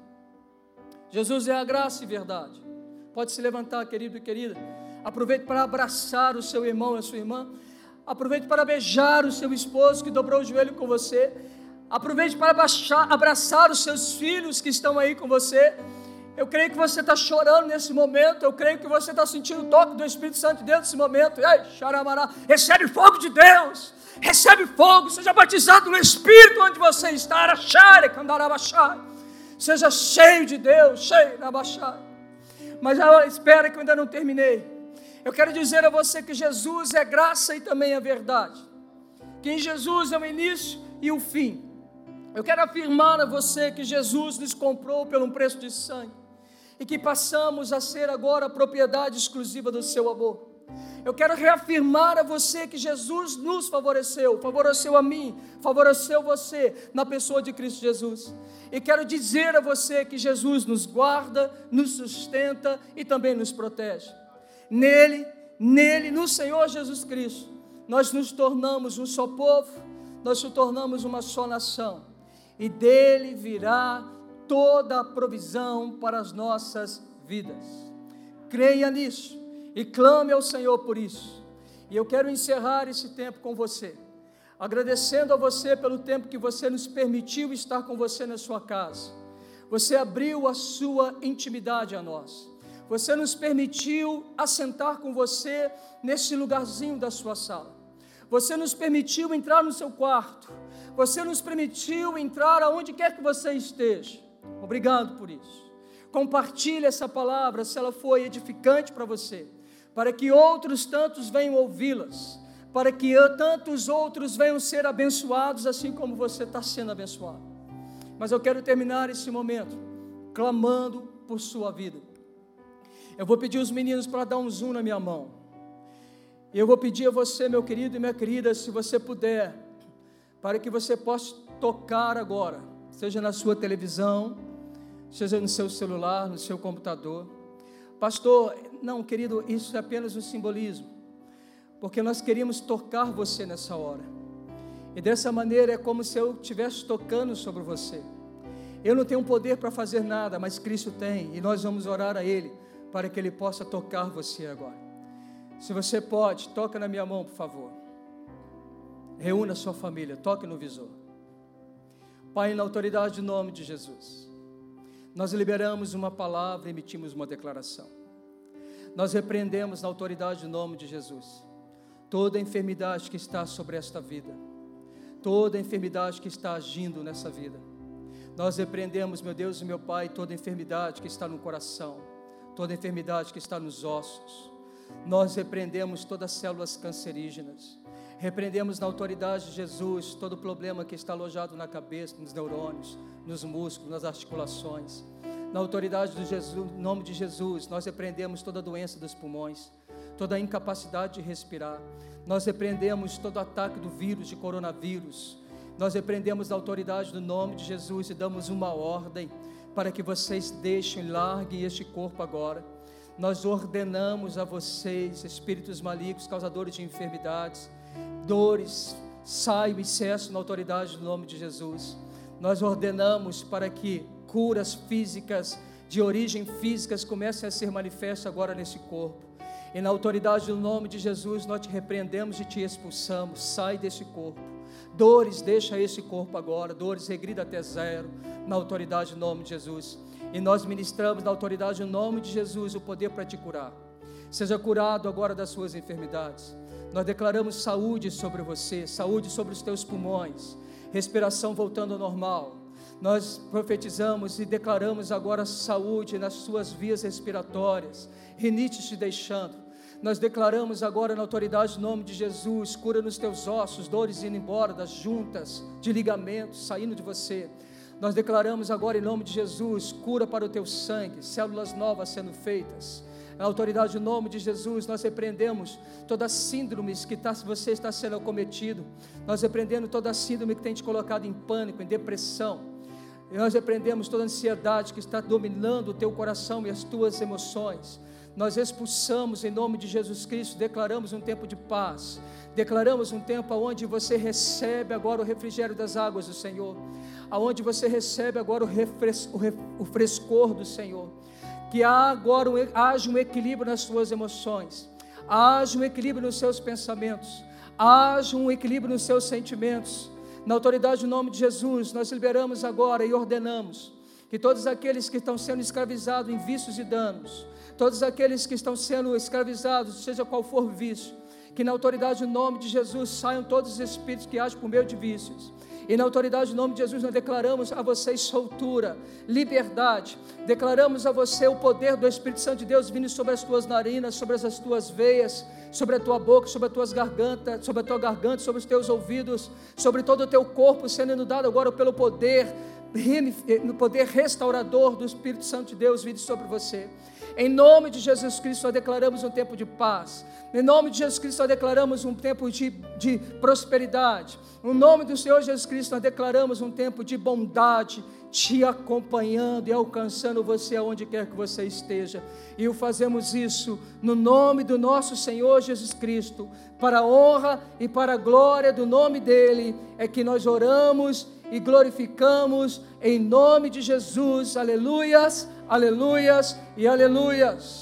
Jesus é a graça e verdade. Pode se levantar, querido e querida. Aproveite para abraçar o seu irmão e a sua irmã. Aproveite para beijar o seu esposo que dobrou o joelho com você. Aproveite para abaixar, abraçar os seus filhos que estão aí com você. Eu creio que você está chorando nesse momento. Eu creio que você está sentindo o toque do Espírito Santo de Deus nesse momento. Ei, xaramará, recebe fogo de Deus. Recebe fogo. Seja batizado no Espírito onde você está. Araxare, candarabachai. Seja cheio de Deus, cheio de abaixar. Mas agora, espera que eu ainda não terminei. Eu quero dizer a você que Jesus é graça e também é verdade. Que em Jesus é o início e o fim. Eu quero afirmar a você que Jesus nos comprou pelo um preço de sangue e que passamos a ser agora a propriedade exclusiva do seu amor. Eu quero reafirmar a você que Jesus nos favoreceu, favoreceu a mim, favoreceu você na pessoa de Cristo Jesus. E quero dizer a você que Jesus nos guarda, nos sustenta e também nos protege. Nele, nele, no Senhor Jesus Cristo, nós nos tornamos um só povo, nós nos tornamos uma só nação. E dele virá toda a provisão para as nossas vidas. Creia nisso e clame ao Senhor por isso. E eu quero encerrar esse tempo com você, agradecendo a você pelo tempo que você nos permitiu estar com você na sua casa. Você abriu a sua intimidade a nós. Você nos permitiu assentar com você nesse lugarzinho da sua sala. Você nos permitiu entrar no seu quarto. Você nos permitiu entrar aonde quer que você esteja. Obrigado por isso. Compartilhe essa palavra, se ela foi edificante para você, para que outros tantos venham ouvi-las, para que tantos outros venham ser abençoados, assim como você está sendo abençoado. Mas eu quero terminar esse momento clamando por sua vida. Eu vou pedir os meninos para dar um zoom na minha mão. E eu vou pedir a você, meu querido e minha querida, se você puder, para que você possa tocar agora, seja na sua televisão, seja no seu celular, no seu computador. Pastor, não, querido, isso é apenas um simbolismo, porque nós queríamos tocar você nessa hora. E dessa maneira é como se eu estivesse tocando sobre você. Eu não tenho poder para fazer nada, mas Cristo tem, e nós vamos orar a Ele, para que Ele possa tocar você agora. Se você pode, toca na minha mão, por favor. Reúna a sua família, toque no visor. Pai, na autoridade do nome de Jesus, nós liberamos uma palavra e emitimos uma declaração. Nós repreendemos na autoridade do nome de Jesus toda enfermidade que está sobre esta vida, toda enfermidade que está agindo nessa vida. Nós repreendemos, meu Deus e meu Pai, toda enfermidade que está no coração, toda enfermidade que está nos ossos. Nós repreendemos todas as células cancerígenas. Repreendemos na autoridade de Jesus todo problema que está alojado na cabeça, nos neurônios, nos músculos, nas articulações. Na autoridade do Jesus, no nome de Jesus, nós repreendemos toda doença dos pulmões, toda incapacidade de respirar. Nós repreendemos todo ataque do vírus, de coronavírus. Nós repreendemos na autoridade do nome de Jesus e damos uma ordem para que vocês deixem, larguem este corpo agora. Nós ordenamos a vocês, espíritos malignos, causadores de enfermidades, dores, saiam e cessem na autoridade do nome de Jesus. Nós ordenamos para que curas físicas, de origem físicas, comecem a ser manifestas agora nesse corpo. E na autoridade do nome de Jesus, nós te repreendemos e te expulsamos. Sai desse corpo. Dores, deixa esse corpo agora. Dores, regrida até zero, na autoridade do nome de Jesus. E nós ministramos na autoridade do nome de Jesus o poder para te curar. Seja curado agora das suas enfermidades. Nós declaramos saúde sobre você, saúde sobre os teus pulmões, respiração voltando ao normal. Nós profetizamos e declaramos agora saúde nas suas vias respiratórias, rinite te deixando. Nós declaramos agora na autoridade do nome de Jesus, cura nos teus ossos, dores indo embora das juntas, de ligamentos, saindo de você. Nós declaramos agora em nome de Jesus, cura para o teu sangue, células novas sendo feitas. Na autoridade do nome de Jesus, nós repreendemos todas as síndromes que tá, você está sendo acometido. Nós repreendemos toda a síndrome que tem te colocado em pânico, em depressão. E nós repreendemos toda a ansiedade que está dominando o teu coração e as tuas emoções. Nós expulsamos em nome de Jesus Cristo, declaramos um tempo de paz, declaramos um tempo onde você recebe agora o refrigério das águas do Senhor, aonde você recebe agora o, refres, o, ref, o frescor do Senhor, que há agora um, haja um equilíbrio nas suas emoções, haja um equilíbrio nos seus pensamentos, haja um equilíbrio nos seus sentimentos. Na autoridade do nome de Jesus, nós liberamos agora e ordenamos que todos aqueles que estão sendo escravizados em vícios e danos, todos aqueles que estão sendo escravizados, seja qual for o vício, que na autoridade do nome de Jesus saiam todos os espíritos que agem por meio de vícios. E na autoridade do nome de Jesus nós declaramos a vocês soltura, liberdade. Declaramos a você o poder do Espírito Santo de Deus vindo sobre as tuas narinas, sobre as tuas veias, sobre a tua boca, sobre as tuas gargantas, sobre a tua garganta, sobre os teus ouvidos, sobre todo o teu corpo, sendo inundado agora pelo poder, no poder restaurador do Espírito Santo de Deus vindo sobre você. Em nome de Jesus Cristo, nós declaramos um tempo de paz. Em nome de Jesus Cristo, nós declaramos um tempo de, de prosperidade. No nome do Senhor Jesus Cristo, nós declaramos um tempo de bondade, te acompanhando e alcançando você aonde quer que você esteja. E o fazemos isso no nome do nosso Senhor Jesus Cristo, para a honra e para a glória do nome dEle, é que nós oramos e glorificamos em nome de Jesus. Aleluias, aleluias e aleluias.